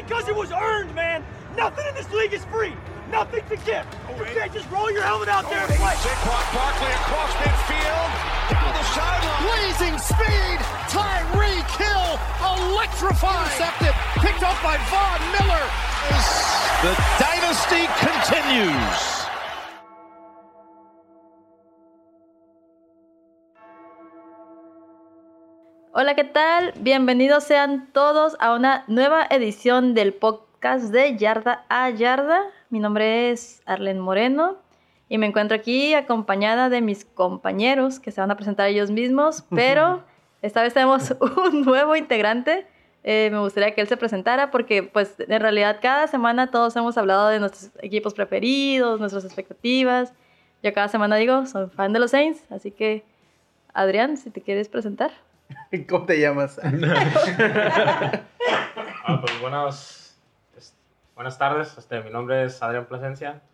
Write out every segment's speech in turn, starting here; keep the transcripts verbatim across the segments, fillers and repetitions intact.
because it was earned, man. Nothing in this league is free. Nothing to give. You can't just roll your helmet out there and play. Saquon Barkley across midfield, down the sideline. Blazing speed, Tyreek Hill, electrifying. Intercepted, picked up by Von Miller. The dynasty continues. Hola, ¿qué tal? Bienvenidos sean todos a una nueva edición del podcast de Yarda a Yarda. Mi nombre es Arlen Moreno y me encuentro aquí acompañada de mis compañeros que se van a presentar ellos mismos, pero esta vez tenemos un nuevo integrante. Eh, me gustaría que él se presentara porque pues en realidad cada semana todos hemos hablado de nuestros equipos preferidos, nuestras expectativas. Yo cada semana digo, soy fan de los Saints, así que Adrián, si te quieres presentar. ¿Cómo te llamas? ah, pues buenas, es, buenas tardes. Este, mi nombre es Adrián Plasencia.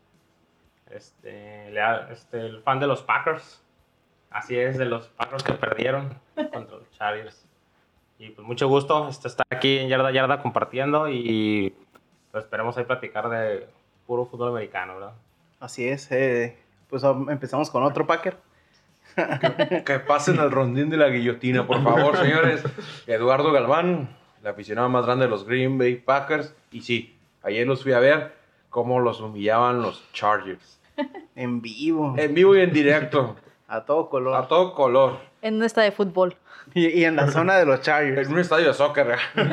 Este, le, este, el fan de los Packers. Así es, de los Packers que perdieron contra los Chargers. Y pues mucho gusto este, estar aquí en Yarda a Yarda compartiendo y pues esperemos ahí platicar de puro fútbol americano, ¿verdad? Así es. Eh, pues empezamos con otro Packer. Que, que pasen al rondín de la guillotina, por favor, señores. Eduardo Galván, el aficionado más grande de los Green Bay Packers. Y sí, ayer los fui a ver cómo los humillaban los Chargers. En vivo. En vivo y en directo. A todo color. A todo color. En un estadio de fútbol. Y, y en la zona de los Chargers. En un estadio de soccer.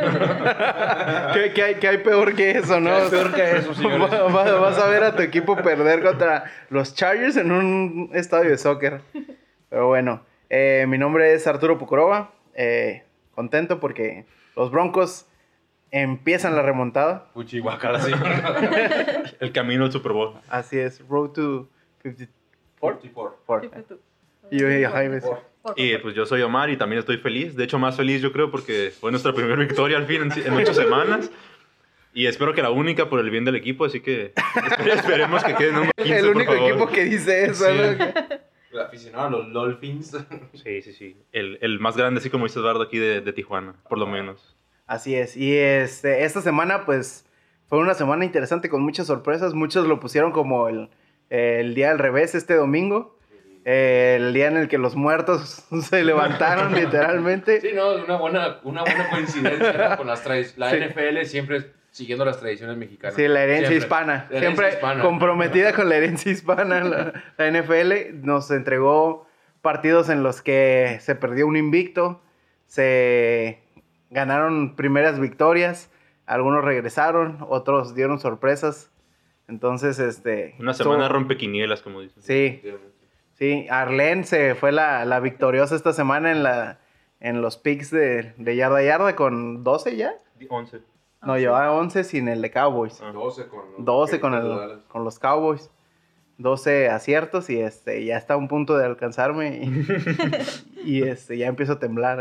¿Qué, qué, hay, ¿Qué hay peor que eso, no? ¿Qué hay peor que eso, señores? Vas, vas a ver a tu equipo perder contra los Chargers en un estadio de soccer. Pero bueno, eh, mi nombre es Arturo Pucurova. Eh, contento porque los Broncos empiezan la remontada. Puchi, guacala, sí. El camino al Super Bowl. Así es, Road to cuarenta y cuatro. cuatro. Y yo y Jaime. Y pues yo soy Omar y también estoy feliz. De hecho, más feliz yo creo porque fue nuestra primera victoria al fin en, en ocho semanas. Y espero que la única por el bien del equipo, así que esperemos que quede en un quince, el único por favor. equipo que dice eso, Sí. ¿no? El aficionado a los Dolphins. Sí, sí, sí. El, el más grande, así como dice Eduardo, aquí de, de Tijuana, por lo menos. Así es. Y este, esta semana, pues, fue una semana interesante con muchas sorpresas. Muchos lo pusieron como el, el día al revés este domingo. Eh, el día en el que los muertos se levantaron, literalmente. Sí, no, una buena, una buena coincidencia, ¿no? Con las tradiciones. La Sí. N F L siempre siguiendo las tradiciones mexicanas. Sí, la herencia Siempre. hispana. La herencia Siempre hispana. comprometida con la herencia hispana. La, la N F L nos entregó partidos en los que se perdió un invicto, se ganaron primeras victorias, algunos regresaron, otros dieron sorpresas. Entonces, este... Una semana estuvo- rompequinielas, como dicen. Sí, sí. Arlen se fue la, la victoriosa esta semana en, la, en los picks de, de yarda a yarda con doce ya. once. No, llevaba once sin el de Cowboys. Ah. doce con los, doce con, el, con los Cowboys. doce aciertos y este ya está a un punto de alcanzarme y, y este ya empiezo a temblar.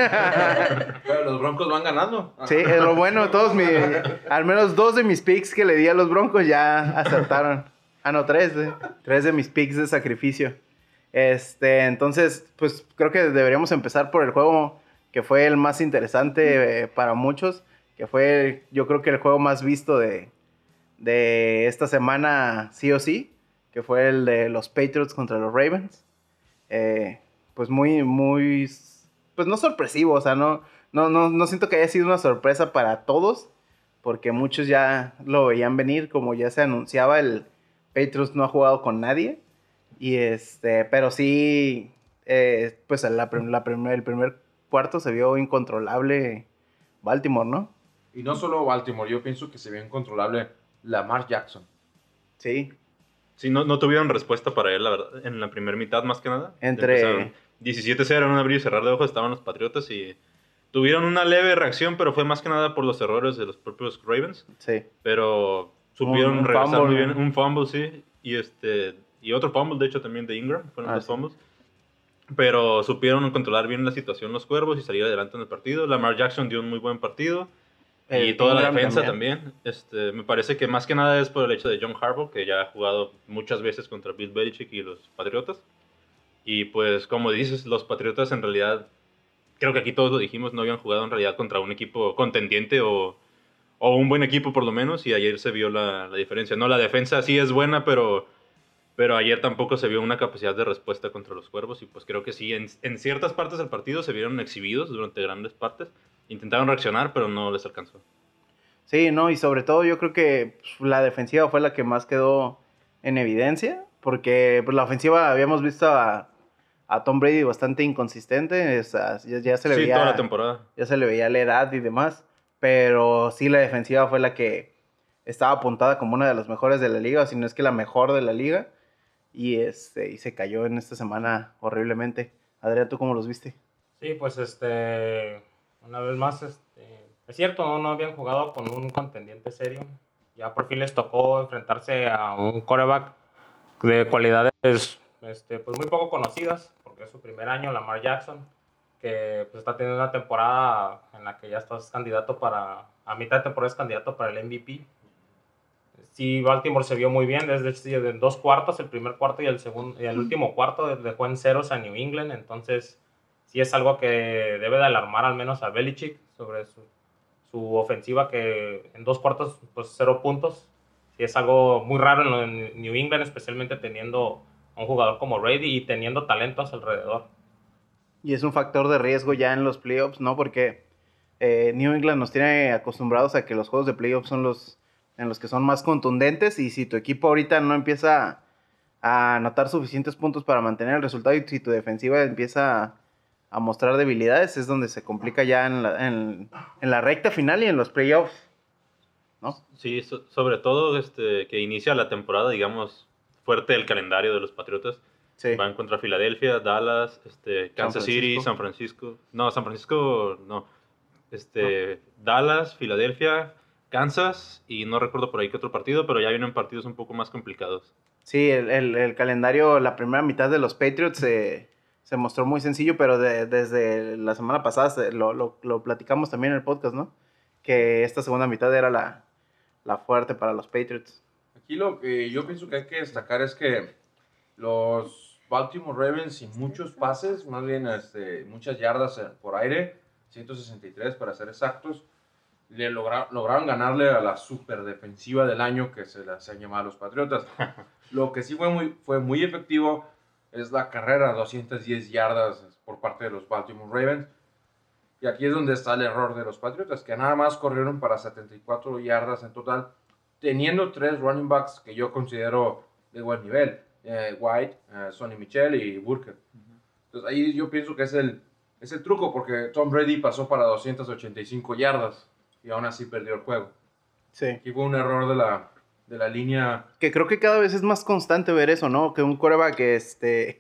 Pero los Broncos van ganando. Sí, es lo bueno, todos mis, al menos dos de mis picks que le di a los Broncos ya acertaron. Ah, no, tres, de, tres de mis picks de sacrificio. Este, entonces, pues creo que deberíamos empezar por el juego que fue el más interesante eh, para muchos, que fue yo creo que el juego más visto de, de esta semana sí o sí, que fue el de los Patriots contra los Ravens. Eh, pues muy, muy, pues no sorpresivo, o sea, no, no, no, no siento que haya sido una sorpresa para todos, porque muchos ya lo veían venir, como ya se anunciaba, el Patriots no ha jugado con nadie, y este, pero sí, eh, pues la, la primer, el primer cuarto se vio incontrolable Baltimore, ¿no? Y no solo Baltimore, yo pienso que se ve incontrolable Lamar Jackson. Sí. Sí, no, no tuvieron respuesta para él, la verdad, en la primera mitad más que nada. Entre... Empezaron diecisiete cero en un abrir y cerrar de ojos estaban los Patriotas y tuvieron una leve reacción, pero fue más que nada por los errores de los propios Ravens. Sí. Pero supieron Un- un regresar fumble, muy bien. ¿no? Un fumble, sí. Y, este, y otro fumble, de hecho, también de Ingram. Fueron Ah, dos sí. fumbles. Pero supieron controlar bien la situación los Cuervos y salir adelante en el partido. Lamar Jackson dio un muy buen partido. El Y toda la Ingram defensa también. también. Este, me parece que más que nada es por el hecho de John Harbaugh, que ya ha jugado muchas veces contra Bill Belichick y los Patriotas. Y pues, como dices, los Patriotas en realidad, creo que aquí todos lo dijimos, no habían jugado en realidad contra un equipo contendiente o, o un buen equipo por lo menos, y ayer se vio la, la diferencia. No, la defensa sí es buena, pero, pero ayer tampoco se vio una capacidad de respuesta contra los Cuervos, y pues creo que sí, en, en ciertas partes del partido se vieron exhibidos durante grandes partes. Intentaron reaccionar, pero no les alcanzó. Sí, no, y sobre todo yo creo que pues, la defensiva fue la que más quedó en evidencia, porque pues, la ofensiva habíamos visto a, a Tom Brady bastante inconsistente, o sea, ya, ya se le Sí, veía toda la temporada. Ya se le veía la edad y demás, pero sí la defensiva fue la que estaba apuntada como una de las mejores de la liga, o si no es que la mejor de la liga, y, este, y se cayó en esta semana horriblemente. Adrián, ¿tú cómo los viste? Sí, pues este, una vez más, este, es cierto, ¿no? no habían jugado con un contendiente serio. Ya por fin les tocó enfrentarse a un quarterback de cualidades este, pues muy poco conocidas, porque es su primer año, Lamar Jackson, que pues, está teniendo una temporada en la que ya estás candidato para, a mitad de temporada es candidato para el M V P. Sí, Baltimore se vio muy bien desde en dos cuartos, el primer cuarto y el segundo y el último cuarto dejó en ceros a New England, entonces sí es algo que debe de alarmar al menos a Belichick sobre su, su ofensiva, que en dos cuartos pues cero puntos, sí es algo muy raro en New England, especialmente teniendo a un jugador como Brady y teniendo talentos alrededor. Y es un factor de riesgo ya en los playoffs, ¿no? Porque eh, New England nos tiene acostumbrados a que los juegos de playoffs son los en los que son más contundentes, y si tu equipo ahorita no empieza a anotar suficientes puntos para mantener el resultado y si tu defensiva empieza a, a mostrar debilidades, es donde se complica ya en la, en, en la recta final y en los playoffs, ¿no? Sí, so, sobre todo este, que inicia la temporada, digamos, fuerte el calendario de los Patriotas. Sí. Van contra Filadelfia, Dallas, este, Kansas City, San Francisco. No, San Francisco no. Este, no. Dallas, Filadelfia, Kansas, y no recuerdo por ahí qué otro partido, pero ya vienen partidos un poco más complicados. Sí, el, el, el calendario, la primera mitad de los Patriots se, se mostró muy sencillo, pero de, desde la semana pasada se, lo, lo, lo platicamos también en el podcast, ¿no? Que esta segunda mitad era la, la fuerte para los Patriots. Aquí lo que yo pienso que hay que destacar es que los Baltimore Ravens, sin muchos pases, más bien este, muchas yardas por aire, ciento sesenta y tres para ser exactos, le logra, lograron ganarle a la super defensiva del año que se las han llamado los Patriotas. Lo que sí fue muy, fue muy efectivo es la carrera, doscientas diez yardas por parte de los Baltimore Ravens. Y aquí es donde está el error de los Patriotas, que nada más corrieron para setenta y cuatro yardas en total, teniendo tres running backs que yo considero de buen nivel. Eh, White, eh, Sonny Michel y Burkhead. Entonces ahí yo pienso que es el, es el truco, porque Tom Brady pasó para doscientas ochenta y cinco yardas y aún así perdió el juego. Sí. Aquí fue un error de la, de la línea. Que creo que cada vez es más constante ver eso, ¿no? Que un quarterback, este...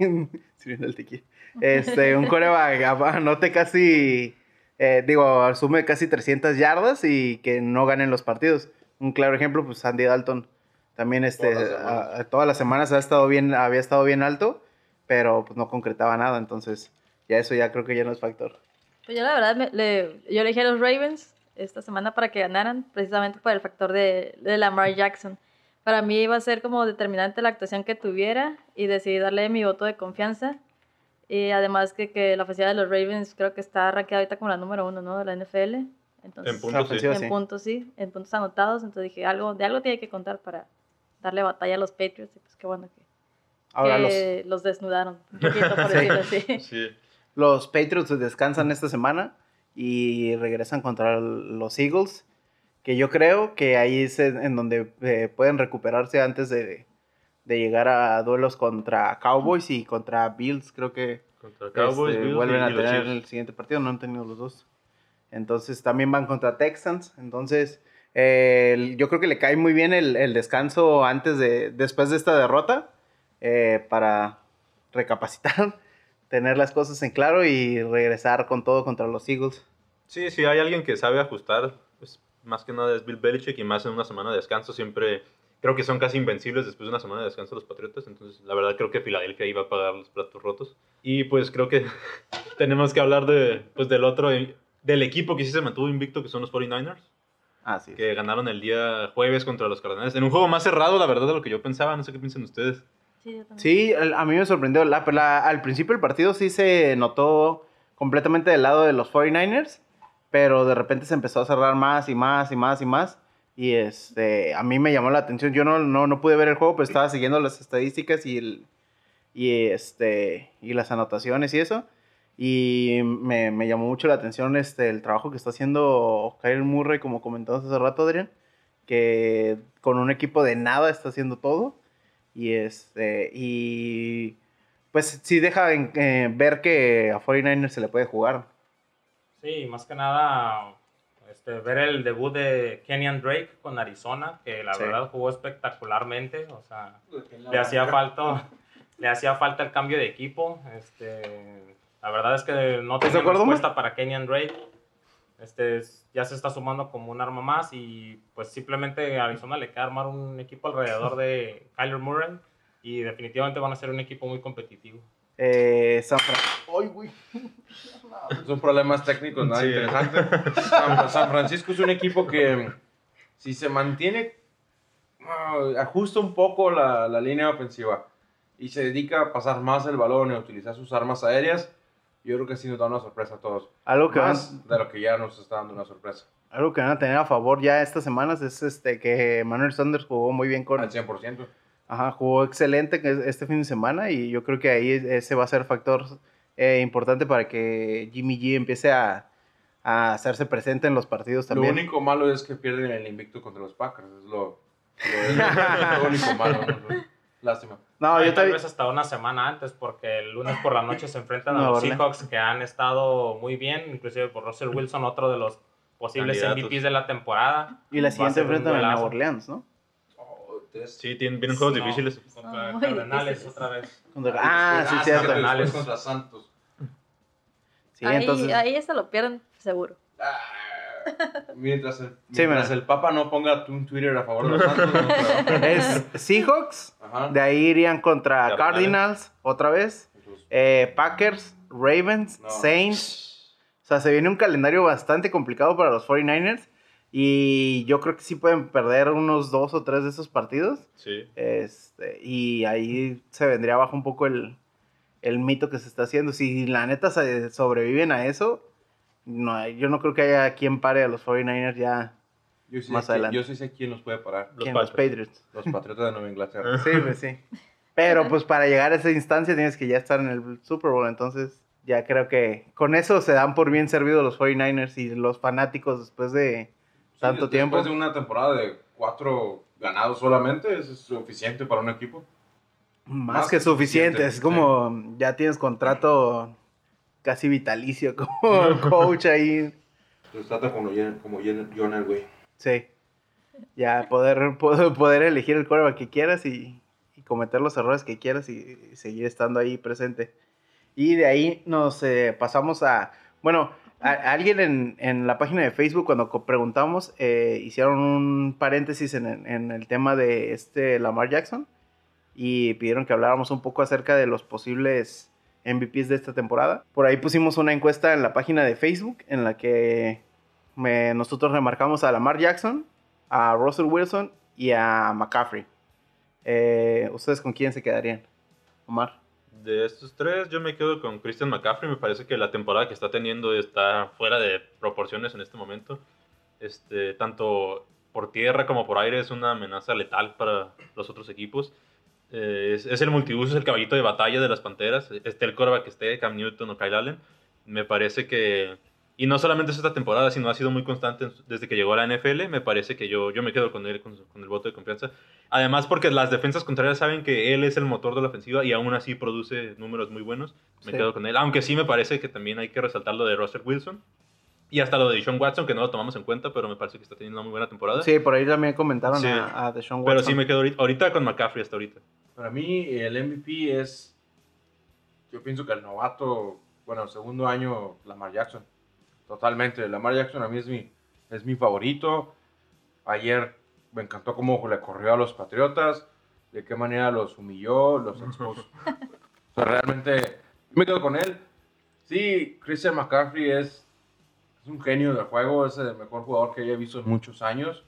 este un quarterback anote casi... Eh, digo, asume casi trescientas yardas y que no ganen los partidos. Un claro ejemplo, pues Andy Dalton también este, todas las semanas, a, a todas las semanas ha estado bien, había estado bien alto, pero pues no concretaba nada, entonces ya eso ya creo que ya no es factor. Pues yo la verdad, me, le, yo le dije a los Ravens esta semana para que ganaran, precisamente por el factor de, de Lamar Jackson. Para mí iba a ser como determinante la actuación que tuviera y decidí darle mi voto de confianza. Y además que, que la ofensiva de los Ravens creo que está rankeada ahorita como la número uno, ¿no? De la N F L. Entonces, en puntos, sí. En sí. puntos, sí. En puntos anotados. Entonces dije, algo, de algo tiene que contar para darle batalla a los Patriots. Y pues qué bueno que, Ahora que los... los desnudaron un poquito, por decirlo así. Sí. Los Patriots descansan esta semana y regresan contra los Eagles, que yo creo que ahí es en donde eh, pueden recuperarse antes de, de llegar a duelos contra Cowboys y contra Bills. Creo que contra Cowboys, este, Bills vuelven y, a y los tener Chiefs. el siguiente partido, no han tenido los dos. Entonces también van contra Texans. Entonces eh, yo creo que le cae muy bien el, el descanso antes de, después de esta derrota, eh, para recapacitar, tener las cosas en claro y regresar con todo contra los Eagles. Sí, sí, hay alguien que sabe ajustar, pues más que nada es Bill Belichick, y más en una semana de descanso siempre, creo que son casi invencibles después de una semana de descanso los Patriotas, entonces la verdad creo que Filadelfia iba a pagar los platos rotos. Y pues creo que tenemos que hablar de, pues, del otro, del equipo que sí se mantuvo invicto, que son los cuarenta y nueve ers. Ah, sí. Que ganaron el día jueves contra los Cardenales, en un juego más cerrado, la verdad, de lo que yo pensaba, no sé qué piensan ustedes. Sí, yo también. Sí, a mí me sorprendió. La, la, al principio del partido sí se notó completamente del lado de los cuarenta y nueve ers, pero de repente se empezó a cerrar más y más y más y más. Y este, a mí me llamó la atención. Yo no, no, no pude ver el juego, pero estaba siguiendo las estadísticas y, el, y, este, y las anotaciones y eso. Y me, me llamó mucho la atención este, el trabajo que está haciendo Kyler Murray, como comentabas hace rato, Adrián, que con un equipo de nada está haciendo todo. Y, este, y pues sí deja en, eh, ver que a cuarenta y nueve ers se le puede jugar. Sí, más que nada este, ver el debut de Kenyan Drake con Arizona, que la Sí. verdad jugó espectacularmente. O sea, le hacía falta, le hacía falta el cambio de equipo. Este, la verdad es que no ¿Estás de tenía acuerdo, respuesta man? para Kenyan Drake. Este, ya se está sumando como un arma más y pues simplemente a Arizona le queda armar un equipo alrededor de Kyler Murray y definitivamente van a ser un equipo muy competitivo. Eh, San Francisco. ¡Ay, güey! Son problemas técnicos, nada Sí. interesante. San, San Francisco es un equipo que, si se mantiene, uh, ajusta un poco la, la línea ofensiva y se dedica a pasar más el balón y a utilizar sus armas aéreas, yo creo que sí nos da una sorpresa a todos. Algo que, Más van, de lo que ya nos está dando una sorpresa. algo que van a tener a favor ya estas semanas es este que Manuel Sanders jugó muy bien con... Al cien por ciento. Ajá, jugó excelente que- este fin de semana y yo creo que ahí ese va a ser factor eh, importante para que Jimmy G empiece a, a hacerse presente en los partidos también. Lo único malo es que pierden el invicto contra los Packers. Es lo, lo, lo único malo. ¿no? Lástima. No, No, y yo tal también... vez hasta una semana antes, porque el lunes por la noche se enfrentan a Nueva los Orleans. Seahawks, que han estado muy bien, inclusive por Russell Wilson, otro de los posibles Candidatos. M V Ps de la temporada. Y la Va a siguiente ser un enfrentan a Nueva duelazo. Orleans, ¿no? Sí, tienen, vienen juegos No, difíciles. Contra Muy Cardenales difíciles. otra vez. Contra- Ah, sí, Ah, cierto. después Cardenales. contra Santos. Sí, ahí, entonces... ahí se lo pierden seguro. Ah, mientras el, Sí, mientras mira. el Papa no ponga un Twitter a favor de los Santos, no creo. Es Seahawks, Ajá. de ahí irían contra Cardinals. Cardinals otra vez, eh, Packers, Ravens, No. Saints. O sea, se viene un calendario bastante complicado para los cuarenta y nueve ers y yo creo que sí pueden perder unos dos o tres de esos partidos. Sí. Este, y ahí se vendría abajo un poco el, el mito que se está haciendo. Si la neta se sobreviven a eso, no, hay- yo no creo que haya quien pare a los cuarenta y nueve ers ya. Yo sí Más sé, adelante. yo sí sé quién los puede parar. Los ¿Quién? Los Packers. Patriots. Los Patriotas de Nueva Inglaterra. Sí, pues sí. Pero pues para llegar a esa instancia tienes que ya estar en el Super Bowl. Entonces ya creo que con eso se dan por bien servidos los cuarenta y nueve ers y los fanáticos después de tanto Sí, tiempo. Después de una temporada de cuatro ganados solamente, eso es suficiente para un equipo. Más, más que que suficiente. suficiente, Es como ya tienes contrato casi vitalicio como coach ahí. Los trata como, como John Elway. Sí. Ya poder, poder, poder elegir el quarterback que quieras y, y cometer los errores que quieras y, y seguir estando ahí presente. Y de ahí nos eh, pasamos a... Bueno, a, a alguien en, en la página de Facebook cuando co- preguntamos eh, hicieron un paréntesis en, el- en el tema de este Lamar Jackson y pidieron que habláramos un poco acerca de los posibles M V Ps de esta temporada. Por ahí pusimos una encuesta en la página de Facebook en la que me- nosotros remarcamos a Lamar Jackson, a Russell Wilson y a McCaffrey. Eh, ¿Ustedes con quién se quedarían? Omar. De estos tres, yo me quedo con Christian McCaffrey. Me parece que la temporada que está teniendo está fuera de proporciones en este momento. Este, tanto por tierra como por aire es una amenaza letal para los otros equipos. Eh, es, es el multiuso, es el caballito de batalla de las Panteras. Esté el quarterback que esté, Cam Newton o Kyle Allen. Me parece que... Y no solamente es esta temporada, sino ha sido muy constante desde que llegó a la N F L. Me parece que yo, yo me quedo con él, con, con el voto de confianza. Además, porque las defensas contrarias saben que él es el motor de la ofensiva y aún así produce números muy buenos. Me Sí. quedo con él. Aunque sí me parece que también hay que resaltar lo de Russell Wilson. Y hasta lo de Deshaun Watson, que no lo tomamos en cuenta, pero me parece que está teniendo una muy buena temporada. Sí, por ahí también comentaron Sí. a, a Deshaun Watson. Pero sí me quedo ahorita, ahorita con McCaffrey hasta ahorita. Para mí, el M V P es. Yo pienso que el novato, bueno, el segundo año, Lamar Jackson. Totalmente. Lamar Jackson a mí es mi, es mi favorito. Ayer me encantó cómo le corrió a los Patriotas, de qué manera los humilló, los expuso. O sea, realmente, me quedo con él. Sí, Christian McCaffrey es, es un genio del juego, es el mejor jugador que haya visto en muchos años.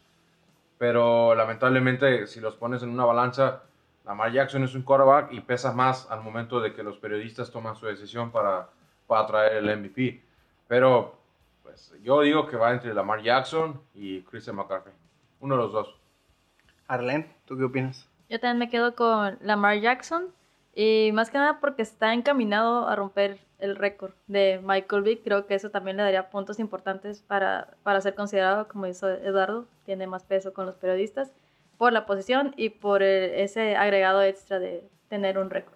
Pero lamentablemente, si los pones en una balanza, Lamar Jackson es un quarterback y pesa más al momento de que los periodistas toman su decisión para, para traer el M V P. Pero Pues yo digo que va entre Lamar Jackson y Christian McCaffrey. Uno de los dos. Arlen, ¿tú qué opinas? Yo también me quedo con Lamar Jackson. Y más que nada porque está encaminado a romper el récord de Michael Vick. Creo que eso también le daría puntos importantes para, para ser considerado, como hizo Eduardo. Tiene más peso con los periodistas por la posición y por el, ese agregado extra de tener un récord.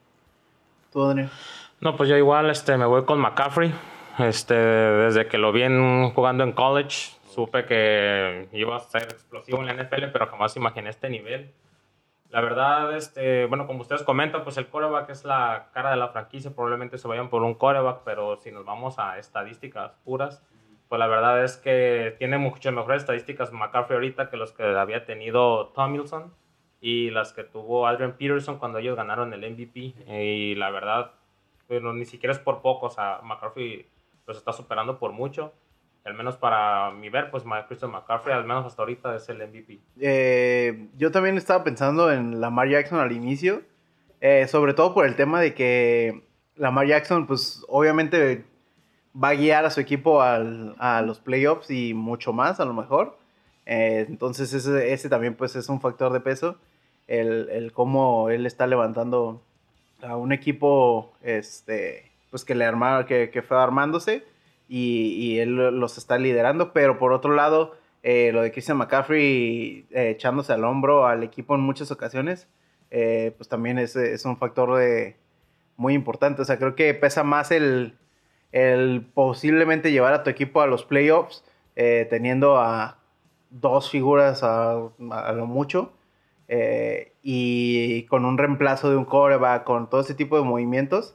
¿Tú, Adrián? No, pues yo igual este, me voy con McCaffrey. Este, desde que lo vi en- jugando en college, supe que iba a ser explosivo en la N F L, pero jamás imaginé este nivel. La verdad, este, bueno, como ustedes comentan, pues el quarterback es la cara de la franquicia. Probablemente se vayan por un quarterback, pero si nos vamos a estadísticas puras, pues la verdad es que tiene muchas mejores estadísticas McCaffrey ahorita que los que había tenido Tomlinson y las que tuvo Adrian Peterson cuando ellos ganaron el M V P. Y la verdad, pero ni siquiera es por poco, o sea, McCaffrey los está superando por mucho. Al menos para mi ver, pues Christian McCaffrey, al menos hasta ahorita, es el M V P. Eh, yo también estaba pensando en Lamar Jackson al inicio, eh, sobre todo por el tema de que Lamar Jackson, pues obviamente va a guiar a su equipo al, a los playoffs y mucho más a lo mejor. Eh, entonces ese, ese también pues es un factor de peso, el, el cómo él está levantando a un equipo este, pues que, le arma, que, que fue armándose. Y, y él los está liderando, pero por otro lado, eh, lo de Christian McCaffrey eh, echándose al hombro al equipo en muchas ocasiones, eh, pues también es, es un factor de, muy importante. O sea, creo que pesa más el, el posiblemente llevar a tu equipo a los playoffs, eh, teniendo a dos figuras a, a lo mucho, eh, y con un reemplazo de un quarterback, con todo ese tipo de movimientos,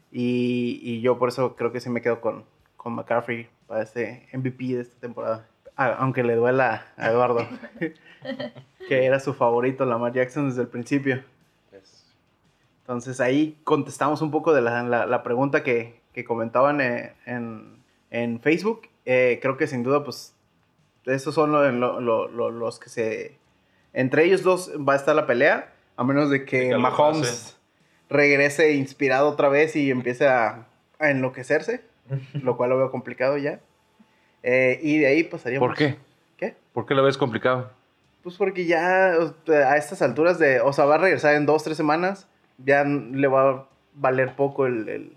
y, y yo por eso creo que sí me quedo con con McCaffrey para este M V P de esta temporada. Ah, aunque le duela a Eduardo, que era su favorito, Lamar Jackson, desde el principio. Entonces ahí contestamos un poco de la, la, la pregunta que, que comentaban en, en, en Facebook. Eh, creo que sin duda, pues, estos son lo, lo, lo, lo, los que se... Entre ellos dos va a estar la pelea, a menos de que, que Mahomes regrese inspirado otra vez y empiece a, a enloquecerse. Lo cual lo veo complicado ya. Eh, y de ahí pasaríamos... ¿Por qué? ¿Qué? ¿Por qué lo ves complicado? Pues porque ya a estas alturas de... O sea, va a regresar en dos, tres semanas. Ya le va a valer poco el, el,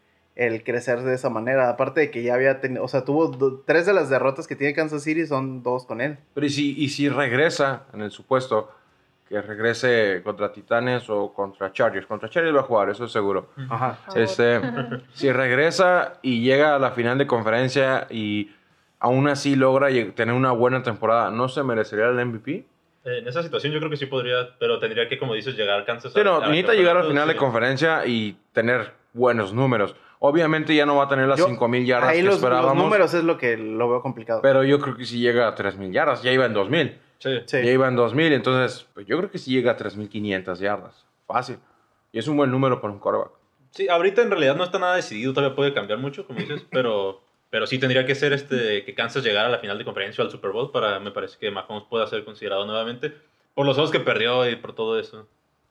el crecer de esa manera. Aparte de que ya había tenido... O sea, tuvo do, tres de las derrotas que tiene Kansas City son dos con él. Pero ¿y si, y si regresa, en el supuesto, que regrese contra Titanes o contra Chargers? Contra Chargers va a jugar, eso es seguro. Ajá. Este, si regresa y llega a la final de conferencia y aún así logra tener una buena temporada, ¿no se merecería el M V P? En esa situación yo creo que sí podría, pero tendría que, como dices, llegar a Kansas. Sí, no, a, a necesita llegar al sí. final de conferencia y tener buenos números. Obviamente ya no va a tener las Yo, cinco mil yardas ahí que los, esperábamos. los números es lo que lo veo complicado. Pero yo creo que si llega a tres mil yardas, ya iba en dos mil. Sí. Sí. Ya iba en dos mil, entonces pues yo creo que sí llega a tres mil quinientas yardas. Fácil. Y es un buen número para un quarterback. Sí, ahorita en realidad no está nada decidido, todavía puede cambiar mucho, como dices, pero, pero sí tendría que ser este, que Kansas llegara a la final de conferencia o al Super Bowl para, me parece que Mahomes pueda ser considerado nuevamente por los juegos que perdió y por todo eso.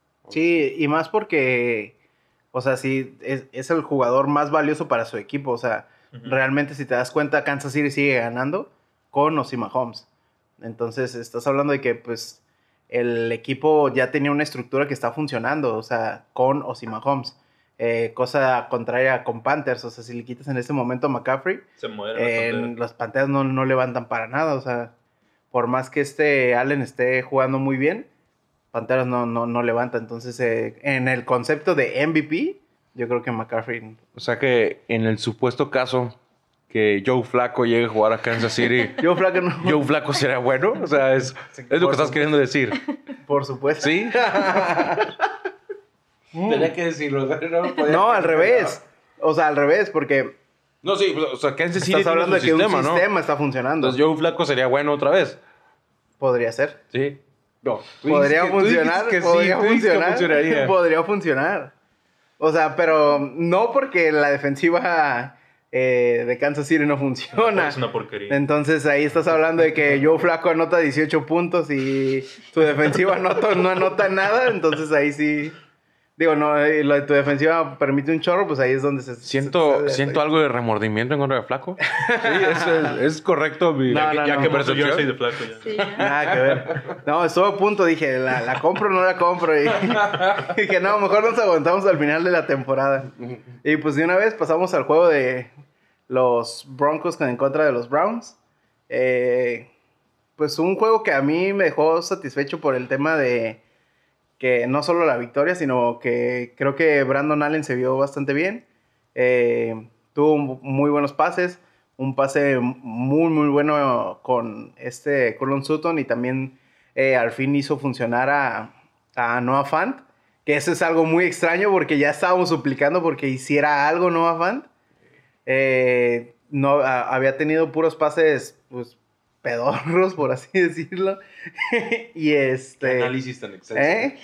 Sí, y más porque, o sea, sí, es, es el jugador más valioso para su equipo. O sea, uh-huh. Realmente si te das cuenta, Kansas City sigue ganando con o sin Mahomes. Entonces, estás hablando de que, pues, el equipo ya tenía una estructura que está funcionando, o sea, con o sin Mahomes. Eh, cosa contraria con Panthers, o sea, si le quitas en este momento a McCaffrey, se mueren eh, las los Panthers no, no levantan para nada, o sea, por más que este Allen esté jugando muy bien, Panthers no, no, no levanta. Entonces, eh, en el concepto de M V P, yo creo que McCaffrey... O sea que en el supuesto caso que Joe Flacco llegue a jugar a Kansas City, Joe Flacco no... Joe Flacco sería bueno, o sea, es, Sí, es lo que estás supuesto. queriendo decir. Por supuesto. ¿Sí? Tenía que decirlo. No, No, al revés. O sea, al revés, porque No, sí, o sea, Kansas City estás tiene hablando de su que sistema, un ¿no? sistema está funcionando. Entonces Joe Flacco sería bueno otra vez. Podría ser. Sí. No. tú Podría dices que- tú dices funcionar. que sí, podría tú dices que funcionar. funcionaría. Podría funcionar. O sea, pero no porque la defensiva eh, de Kansas City no funciona. Es una porquería. Entonces ahí estás hablando de que Joe Flacco anota dieciocho puntos y tu defensiva no, no anota nada. Entonces ahí sí Digo, no, eh, lo de tu defensiva permite un chorro, pues ahí es donde se... Siento, se- se- siento algo de remordimiento en contra de Flaco. Sí, es, es, es correcto. Mi, No, ya, no, ya no. que Por su percepción. jersey de flaco ya. Sí, ya. Nada que ver. No, estuve a punto, dije, ¿la, la compro o no la compro? Y dije, no, mejor nos aguantamos al final de la temporada. Y pues de una vez pasamos al juego de los Broncos en contra de los Browns. Eh, pues un juego que a mí me dejó satisfecho por el tema de que no solo la victoria, sino que creo que Brandon Allen se vio bastante bien. Eh, tuvo muy buenos pases. Un pase muy, muy bueno con este Courtland Sutton y también eh, al fin hizo funcionar a, a Noah Fant, que eso es algo muy extraño porque ya estábamos suplicando porque hiciera algo Noah Fant. Eh, no, a- había tenido puros pases pues, pedorros, por así decirlo. y este... Análisis tan excelso. ¿Eh?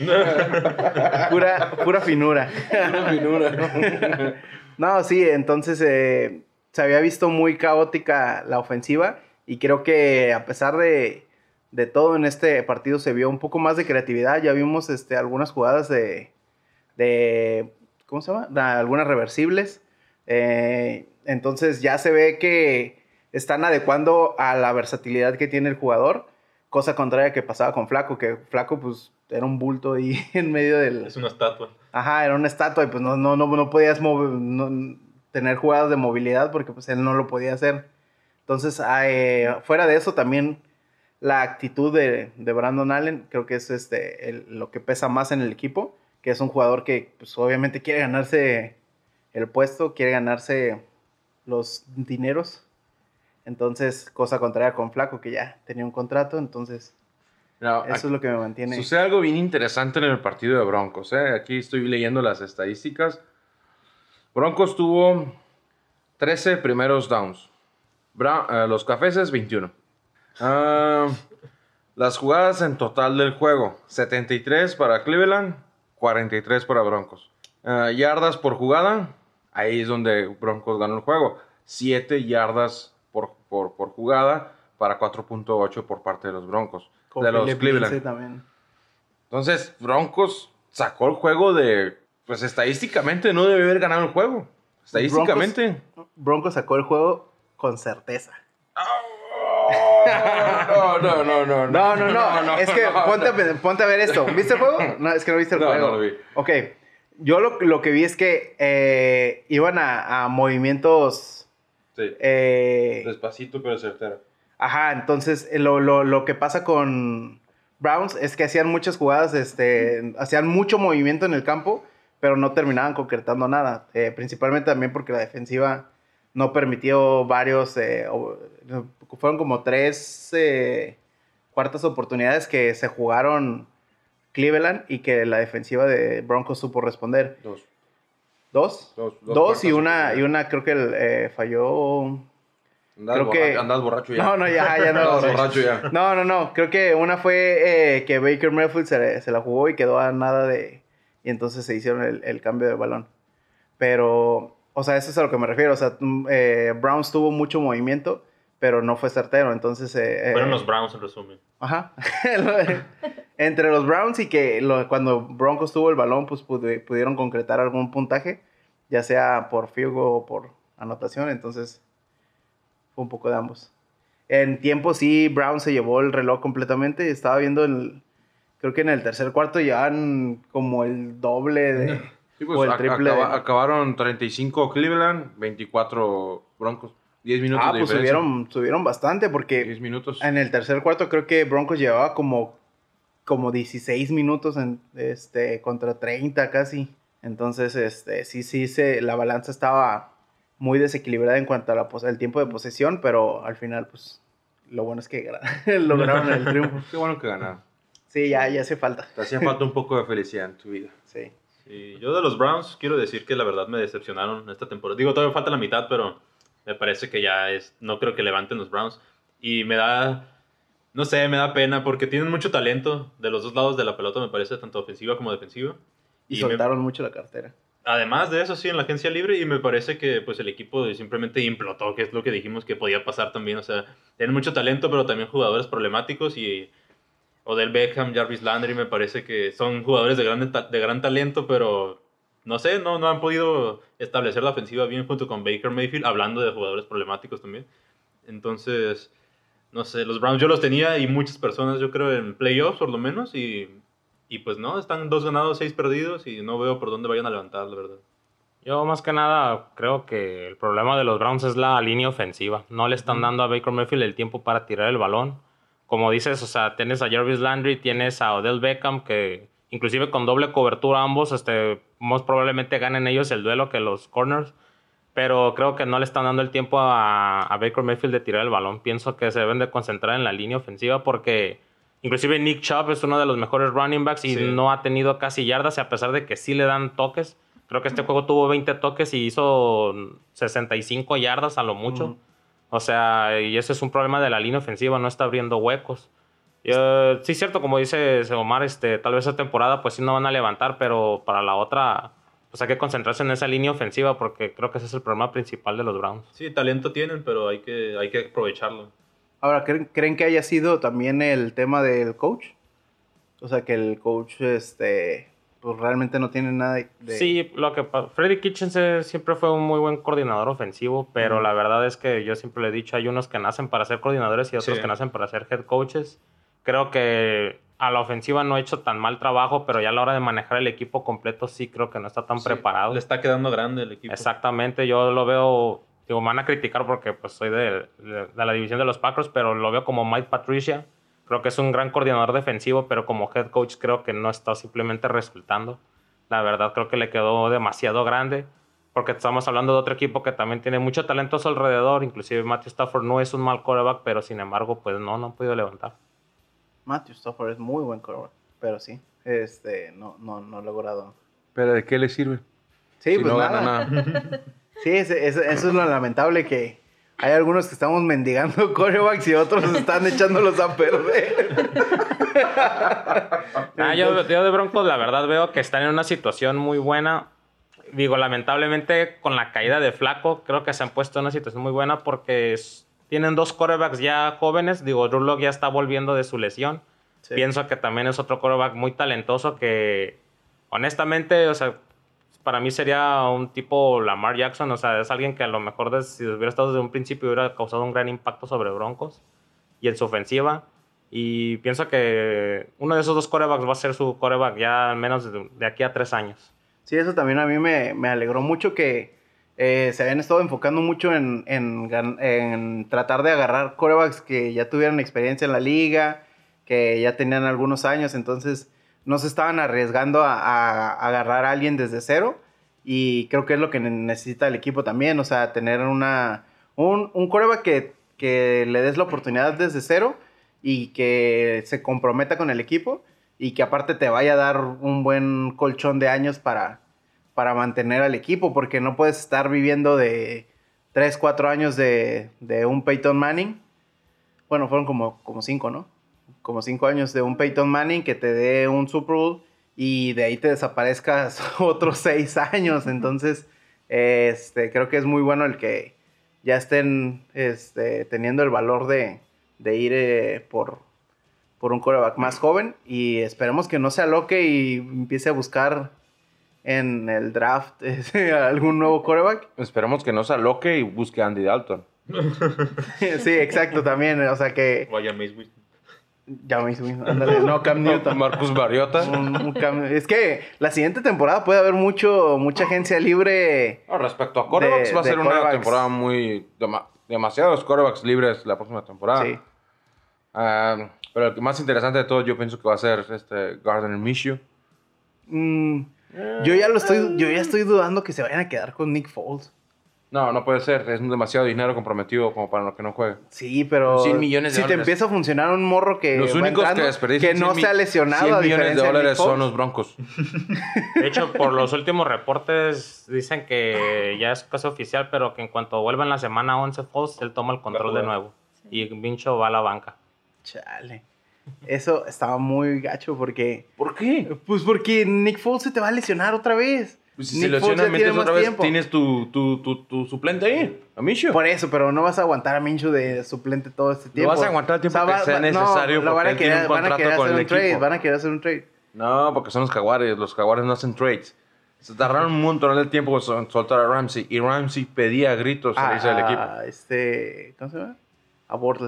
pura, pura finura. Una finura. No, sí, entonces eh, se había visto muy caótica la ofensiva y creo que a pesar de, de todo en este partido se vio un poco más de creatividad. Ya vimos este, algunas jugadas de, de ¿cómo se llama? De algunas reversibles. Eh, entonces ya se ve que están adecuando a la versatilidad que tiene el jugador, cosa contraria que pasaba con Flaco, que Flaco pues era un bulto ahí en medio del... Es una estatua. Ajá, era una estatua y pues no, no, no, no podías move- no- tener jugadas de movilidad porque pues él no lo podía hacer. Entonces, ah, eh, fuera de eso también la actitud de, de Brandon Allen creo que es este, el- lo que pesa más en el equipo, que es un jugador que pues obviamente quiere ganarse el puesto, quiere ganarse los dineros. Entonces, cosa contraria con Flaco, que ya tenía un contrato, entonces No, eso es lo que me mantiene. Sucede algo bien interesante en el partido de Broncos. ¿eh? Aquí estoy leyendo las estadísticas. Broncos tuvo trece primeros downs. Bra- eh, los Cafeses, veintiuno. Ah, las jugadas en total del juego: setenta y tres para Cleveland, cuarenta y tres para Broncos. Ah, yardas por jugada: ahí es donde Broncos ganó el juego. siete yardas por, por, por jugada para cuatro punto ocho por parte de los Broncos. Con de los Philip Cleveland. Lindsay también. Entonces, Broncos sacó el juego de... Pues estadísticamente no debe haber ganado el juego. Estadísticamente. Broncos, Broncos sacó el juego con certeza. No, no, no, no. No, no, no. es que no, ponte, no. A, ponte a ver esto. ¿Viste el juego? No, es que no viste el No, juego. no lo vi. Ok. Yo lo, lo que vi es que eh, iban a, a movimientos... Sí. eh, Despacito, pero certero. Ajá, entonces eh, lo, lo, lo que pasa con Browns es que hacían muchas jugadas, este, hacían mucho movimiento en el campo, pero no terminaban concretando nada. Eh, principalmente también porque la defensiva no permitió varios, eh, o- fueron como tres eh, cuartas oportunidades que se jugaron Cleveland y que la defensiva de Broncos supo responder. Dos. ¿Dos? Dos, Dos, dos y cuartas una, oportunidades. y una creo que eh, falló... Andas, Creo borracho, que- andas borracho ya. No, no, ya, ya no. Andas borracho ya. No, no, no. Creo que una fue eh, que Baker Mayfield se, se la jugó y quedó a nada de... Y entonces se hicieron el, el cambio de balón. Pero, o sea, eso es a lo que me refiero. O sea, mm, eh, Browns tuvo mucho movimiento, pero no fue certero. Entonces... eh, Fueron eh, los Browns en resumen. Ajá. Entre los Browns y que lo- cuando Broncos tuvo el balón, pues pudi- pudieron concretar algún puntaje, ya sea por field goal o por anotación. Entonces, fue un poco de ambos. En tiempo sí, Brown se llevó el reloj completamente. Estaba viendo el... Creo que en el tercer cuarto llevan como el doble de... Sí, pues, o el ac- triple acaba- de- acabaron treinta y cinco Cleveland, veinticuatro Broncos. diez minutos Ah, de pues diferencia. subieron, subieron bastante porque diez minutos. en el tercer cuarto creo que Broncos llevaba como, como dieciséis minutos en, este, contra treinta casi. Entonces, este, sí, sí, se, la balanza estaba muy desequilibrada en cuanto al tiempo de posesión, pero al final, pues, lo bueno es que gra- lograron el triunfo. Qué bueno que ganaron. Sí, ya, ya hace falta. Te hacía falta un poco de felicidad en tu vida. Sí. Sí, yo de los Browns quiero decir que la verdad me decepcionaron esta temporada. Digo, todavía falta la mitad, pero me parece que ya es... No creo que levanten los Browns. Y me da... No sé, me da pena porque tienen mucho talento de los dos lados de la pelota, me parece, tanto ofensiva como defensiva. Y, me- soltaron mucho la cartera. Además de eso, sí, en la agencia libre, y me parece que pues el equipo simplemente implotó, que es lo que dijimos que podía pasar también. O sea, tienen mucho talento, pero también jugadores problemáticos, y Odell Beckham, Jarvis Landry, me parece que son jugadores de gran, de gran talento, pero no sé, no, no han podido establecer la ofensiva bien junto con Baker Mayfield, hablando de jugadores problemáticos también. Entonces, no sé, los Browns yo los tenía y muchas personas, yo creo, en playoffs por lo menos, y, y pues no, están dos ganados, seis perdidos, y no veo por dónde vayan a levantar, la verdad. Yo más que nada creo que el problema de los Browns es la línea ofensiva. No le están dando a Baker Mayfield el tiempo para tirar el balón. Como dices, o sea, tienes a Jarvis Landry, tienes a Odell Beckham, que inclusive con doble cobertura ambos, este, más probablemente ganen ellos el duelo que los corners. Pero creo que no le están dando el tiempo a, a Baker Mayfield de tirar el balón. Pienso que se deben de concentrar en la línea ofensiva porque inclusive Nick Chubb es uno de los mejores running backs y Sí. no ha tenido casi yardas, a pesar de que sí le dan toques. Creo que este juego tuvo veinte toques y hizo sesenta y cinco yardas a lo mucho. Uh-huh. O sea, y ese es un problema de la línea ofensiva, no está abriendo huecos. Uh, sí es cierto, como dice Omar, este, tal vez esta temporada pues sí no van a levantar, pero para la otra pues hay que concentrarse en esa línea ofensiva porque creo que ese es el problema principal de los Browns. Sí, talento tienen, pero hay que, hay que aprovecharlo. Ahora, ¿creen, ¿creen que haya sido también el tema del coach? O sea, que el coach, este... pues realmente no tiene nada de... Sí, lo que Freddie Kitchens siempre fue un muy buen coordinador ofensivo, pero mm. la verdad es que yo siempre le he dicho, hay unos que nacen para ser coordinadores y otros sí. que nacen para ser head coaches. Creo que a la ofensiva no ha hecho tan mal trabajo, pero ya a la hora de manejar el equipo completo sí creo que no está tan sí, preparado. Le está quedando grande el equipo. Exactamente, yo lo veo... Digo, me van a criticar porque pues soy de, de, de la división de los Packers, pero lo veo como Mike Patricia. Creo que es un gran coordinador defensivo, pero como head coach creo que no está simplemente resultando. La verdad creo que le quedó demasiado grande, porque estamos hablando de otro equipo que también tiene mucho talento a su alrededor. Inclusive Matthew Stafford no es un mal quarterback, pero sin embargo pues no, no han podido levantar. Matthew Stafford es muy buen quarterback, pero sí, este, no, no, no ha logrado. ¿Pero de qué le sirve? Sí, si pues no nada. Gana nada. Sí, ese, ese, eso es lo lamentable, que hay algunos que estamos mendigando quarterbacks y otros están echándolos a perder. ah, yo, yo de Broncos la verdad veo que están en una situación muy buena. Digo, lamentablemente con la caída de Flacco creo que se han puesto en una situación muy buena porque es, tienen dos quarterbacks ya jóvenes. Digo, Drew Lock ya está volviendo de su lesión. Sí. Pienso que también es otro quarterback muy talentoso que honestamente, o sea, para mí sería un tipo Lamar Jackson. O sea, es alguien que a lo mejor des, si hubiera estado desde un principio hubiera causado un gran impacto sobre Broncos y en su ofensiva. Y pienso que uno de esos dos quarterbacks va a ser su quarterback ya al menos de, de aquí a tres años. Sí, eso también a mí me, me alegró mucho que eh, se habían estado enfocando mucho en, en, en tratar de agarrar quarterbacks que ya tuvieran experiencia en la liga, que ya tenían algunos años, entonces no se estaban arriesgando a, a, a agarrar a alguien desde cero, y creo que es lo que necesita el equipo también, o sea, tener una un, un quarterback que, que le des la oportunidad desde cero y que se comprometa con el equipo y que aparte te vaya a dar un buen colchón de años para, para mantener al equipo, porque no puedes estar viviendo de tres, cuatro años de, de un Peyton Manning. Bueno, fueron como, como cinco, ¿no? Como cinco años de un Peyton Manning que te dé un Super Bowl y de ahí te desaparezcas otros seis años. Entonces, este, creo que es muy bueno el que ya estén este, teniendo el valor de, de ir eh, por, por un quarterback más joven, y esperemos que no se aloque y empiece a buscar en el draft eh, algún nuevo quarterback. Esperemos que no se aloque y busque a Andy Dalton. Sí, exacto, también, o sea que... Vaya Mace Winston. Ya me hizo, ándale, no, Cam Newton. Marcus Mariota. Un, un Cam, es que la siguiente temporada puede haber mucho, mucha agencia libre. No, respecto a quarterbacks, de, va a ser una temporada muy... Dema, demasiados quarterbacks libres la próxima temporada. Sí. Uh, pero el más interesante de todo yo pienso que va a ser este Gardner Minshew. Mm, yo ya lo estoy, yo ya estoy dudando que se vayan a quedar con Nick Foles. No, no puede ser. Es demasiado dinero comprometido como para que no juegue. Sí, pero cien millones de si dólares. te empieza a funcionar un morro que los únicos entrando, que desperdician que no se ha lesionado cien a millones de dólares de son los Broncos. De hecho, por los últimos reportes dicen que ya es casi oficial, pero que en cuanto vuelva en la semana once Foles, él toma el control de nuevo. Sí. Y Mincho va a la banca. Chale. Eso estaba muy gacho porque... ¿Por qué? Pues porque Nick Foles se te va a lesionar otra vez. Pues si Nick se lesiona Foles ya tiene Minshew otra más vez, tiempo. tienes tu, tu, tu, tu suplente ahí, a Minshew. Por eso, pero no vas a aguantar a Minshew de suplente todo este tiempo. vas a aguantar el tiempo que sea necesario No, lo van porque a él tiene querer, un van a contrato querer con hacer el un trade, equipo. van a querer hacer un trade. No, porque son los Jaguares. Los Jaguares no hacen trades. Se tardaron un montón de tiempo en sol- soltar a Ramsey. Y Ramsey pedía a gritos Ah, salirse del equipo. este, ¿cómo se llama? A Bortles.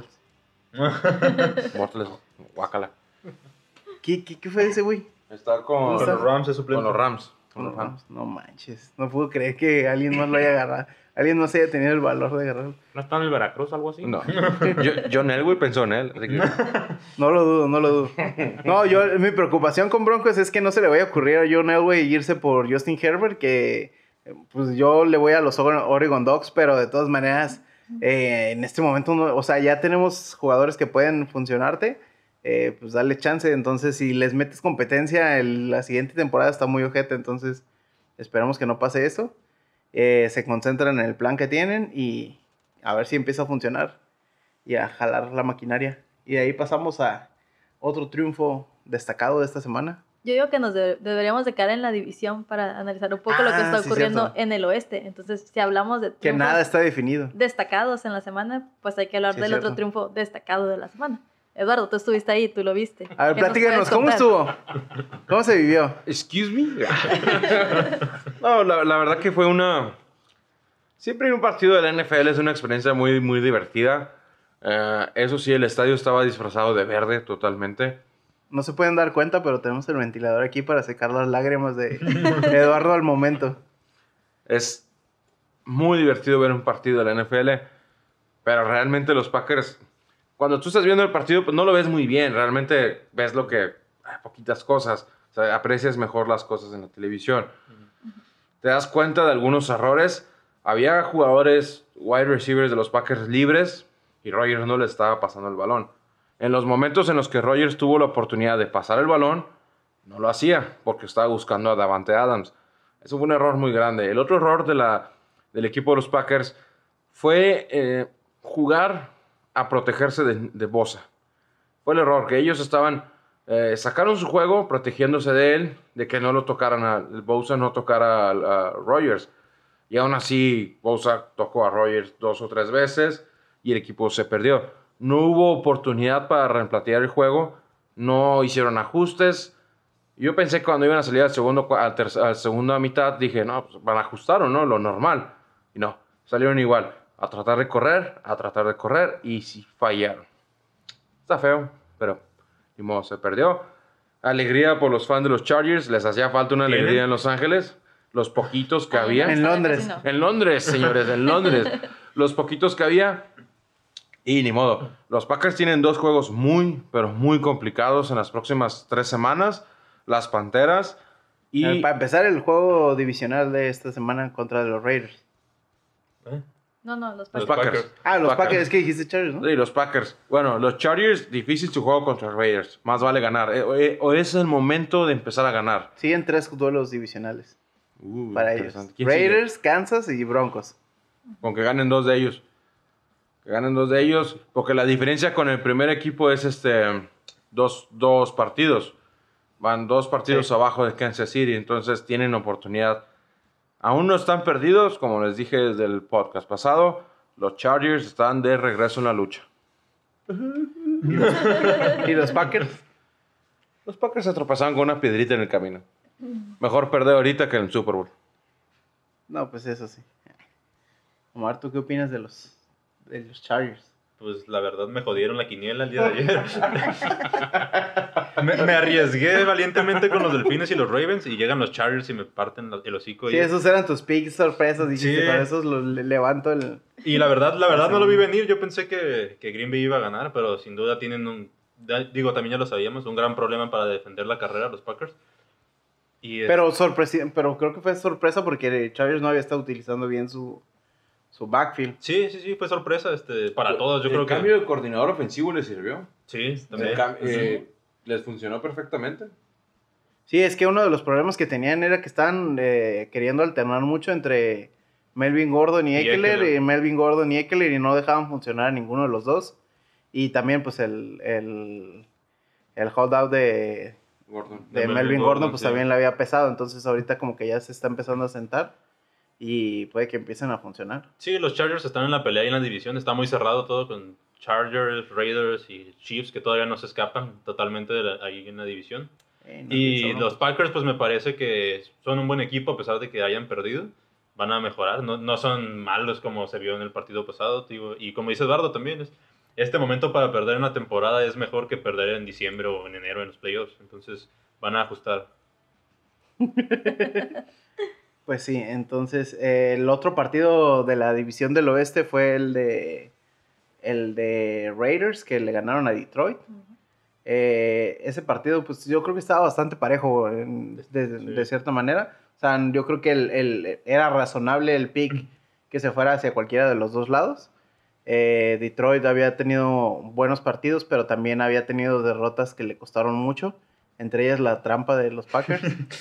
Bortles, guácala. ¿Qué, qué, ¿Qué fue ese güey? Está con, ¿Dónde Con está? los Rams es suplente. con los Rams. Con No, los Rams. no manches, no puedo creer que alguien más lo haya agarrado. Alguien más haya tenido el valor de agarrarlo. ¿No está en el Veracruz algo así? No. Yo, John Elway pensó en él. Así que, No lo dudo, no lo dudo. No, yo, mi preocupación con Broncos es que no se le vaya a ocurrir a John Elway irse por Justin Herbert, que pues yo le voy a los Oregon Ducks, pero de todas maneras, eh, en este momento, no- o sea, ya tenemos jugadores que pueden funcionarte, eh, pues dale chance. Entonces, si les metes competencia, el- la siguiente temporada está muy ojete, entonces esperamos que no pase eso. Eh, se concentran en el plan que tienen y a ver si empieza a funcionar y a jalar la maquinaria. Y de ahí pasamos a otro triunfo destacado de esta semana. Yo digo que nos de- deberíamos de quedar en la división para analizar un poco lo que Ah, está sí, ocurriendo cierto. en el oeste. Entonces, si hablamos de Que triunfos nada está definido. destacados en la semana, pues hay que hablar Sí, del cierto. otro triunfo destacado de la semana. Eduardo, tú estuviste ahí, tú lo viste. A ver, ¿Qué nos platícanos, puedes ¿cómo contar? estuvo? ¿Cómo se vivió? Excuse me. No, la, la verdad que fue una. Siempre un partido de la N F L es una experiencia muy, muy divertida. Eh, eso sí, el estadio estaba disfrazado de verde totalmente. No se pueden dar cuenta, pero tenemos el ventilador aquí para secar las lágrimas de Eduardo al momento. Es muy divertido ver un partido de la N F L, pero realmente los Packers, cuando tú estás viendo el partido, pues no lo ves muy bien. Realmente ves lo que, ay, poquitas cosas. O sea, aprecias mejor las cosas en la televisión. Te das cuenta de algunos errores. Había jugadores, wide receivers de los Packers libres y Rodgers no le estaba pasando el balón. En los momentos en los que Rodgers tuvo la oportunidad de pasar el balón, no lo hacía porque estaba buscando a Davante Adams. Eso fue un error muy grande. El otro error de la, del equipo de los Packers fue eh, jugar a protegerse de, de Bosa. Fue el error, que ellos estaban... Eh, sacaron su juego protegiéndose de él, de que no lo tocaran a... El Bosa no tocara a, a Rodgers. Y aún así, Bosa tocó a Rodgers dos o tres veces y el equipo se perdió. No hubo oportunidad para replantear el juego. No hicieron ajustes. Yo pensé que cuando iban a salir al segundo, al tercer, a la segunda mitad, dije, no, pues van a ajustar o no, lo normal. Y no, salieron igual. A tratar de correr, a tratar de correr y sí fallaron. Está feo, pero ni modo, se perdió. Alegría por los fans de los Chargers. Les hacía falta una ¿Tienen? alegría en Los Ángeles. Los poquitos que Ay, había. no, En esta Londres. casi no. En Londres, señores, en Londres. Los poquitos que había. Y ni modo. Los Packers tienen dos juegos muy, pero muy complicados en las próximas tres semanas. Las Panteras y... Eh, Para empezar, el juego divisional de esta semana contra los Raiders. No, no, los Los Packers. Packers. Packers. Ah, los Packers, es que dijiste Chargers, ¿no? Sí, los Packers. Bueno, los Chargers, difícil su juego contra los Raiders. Más vale ganar. Eh, eh, O es el momento de empezar a ganar. Siguen tres duelos divisionales Uh, para ellos. interesante. ¿Quién sigue? Raiders, Kansas y Broncos. Con que ganen dos de ellos. Que ganen dos de ellos. Porque la diferencia con el primer equipo es este dos, dos partidos. Van dos partidos Sí. abajo de Kansas City. Entonces tienen oportunidad. Aún no están perdidos. Como les dije desde el podcast pasado. Los Chargers están de regreso en la lucha. ¿Y los Packers? Los Packers se tropezaron con una piedrita en el camino. Mejor perder ahorita que en el Super Bowl. No, pues eso sí. Omar, ¿tú qué opinas de los, de los Chargers? Pues la verdad me jodieron la quiniela el día de ayer. me, me arriesgué valientemente con los Delfines y los Ravens y llegan los Chargers y me parten la- el hocico. Sí, y, esos eran tus picks sorpresas. Dijiste, Sí. con esos los le- levanto el... y la verdad, la verdad no lo vi venir. Yo pensé que, que Green Bay iba a ganar, pero sin duda tienen un... da- Digo, también ya lo sabíamos, un gran problema para defender la carrera los Packers. Y, es- Pero, sorpresi- pero creo que fue sorpresa porque Chargers no había estado utilizando bien su, su backfield. Sí, sí, sí, fue sorpresa este, para todos. Yo el creo cambio que... de coordinador ofensivo les sirvió. Sí, también. El cam- eh, les funcionó perfectamente. Sí, es que uno de los problemas que tenían era que estaban eh, queriendo alternar mucho entre Melvin Gordon y Y Eckler, Eckler. y Melvin Gordon y Eckler, y no dejaban funcionar a ninguno de los dos. Y también, pues, el, el, el holdout de, Gordon. de, De Melvin, Melvin Gordon, Gordon, pues sí. también le había pesado. Entonces ahorita como que ya se está empezando a sentar y puede que empiecen a funcionar. Sí, los Chargers están en la pelea y en la división. Está muy cerrado todo con Chargers, Raiders y Chiefs que todavía no se escapan totalmente de la- ahí en la división. Eh, no Y pienso, ¿no? los Packers, pues me parece que son un buen equipo a pesar de que hayan perdido. Van a mejorar. No, no son malos como se vio en el partido pasado. Tío. Y como dice Eduardo también, es, este momento para perder una temporada es mejor que perder en diciembre o en enero en los playoffs. Entonces van a ajustar. Pues sí, entonces eh, el otro partido de la división del oeste fue el de el de Raiders que le ganaron a Detroit. Eh, ese partido, pues yo creo que estaba bastante parejo en- de, Sí. de cierta manera. O sea, yo creo que el, el- era razonable el pick que se fuera hacia cualquiera de los dos lados. Eh, Detroit había tenido buenos partidos, pero también había tenido derrotas que le costaron mucho. Entre ellas la trampa de los Packers.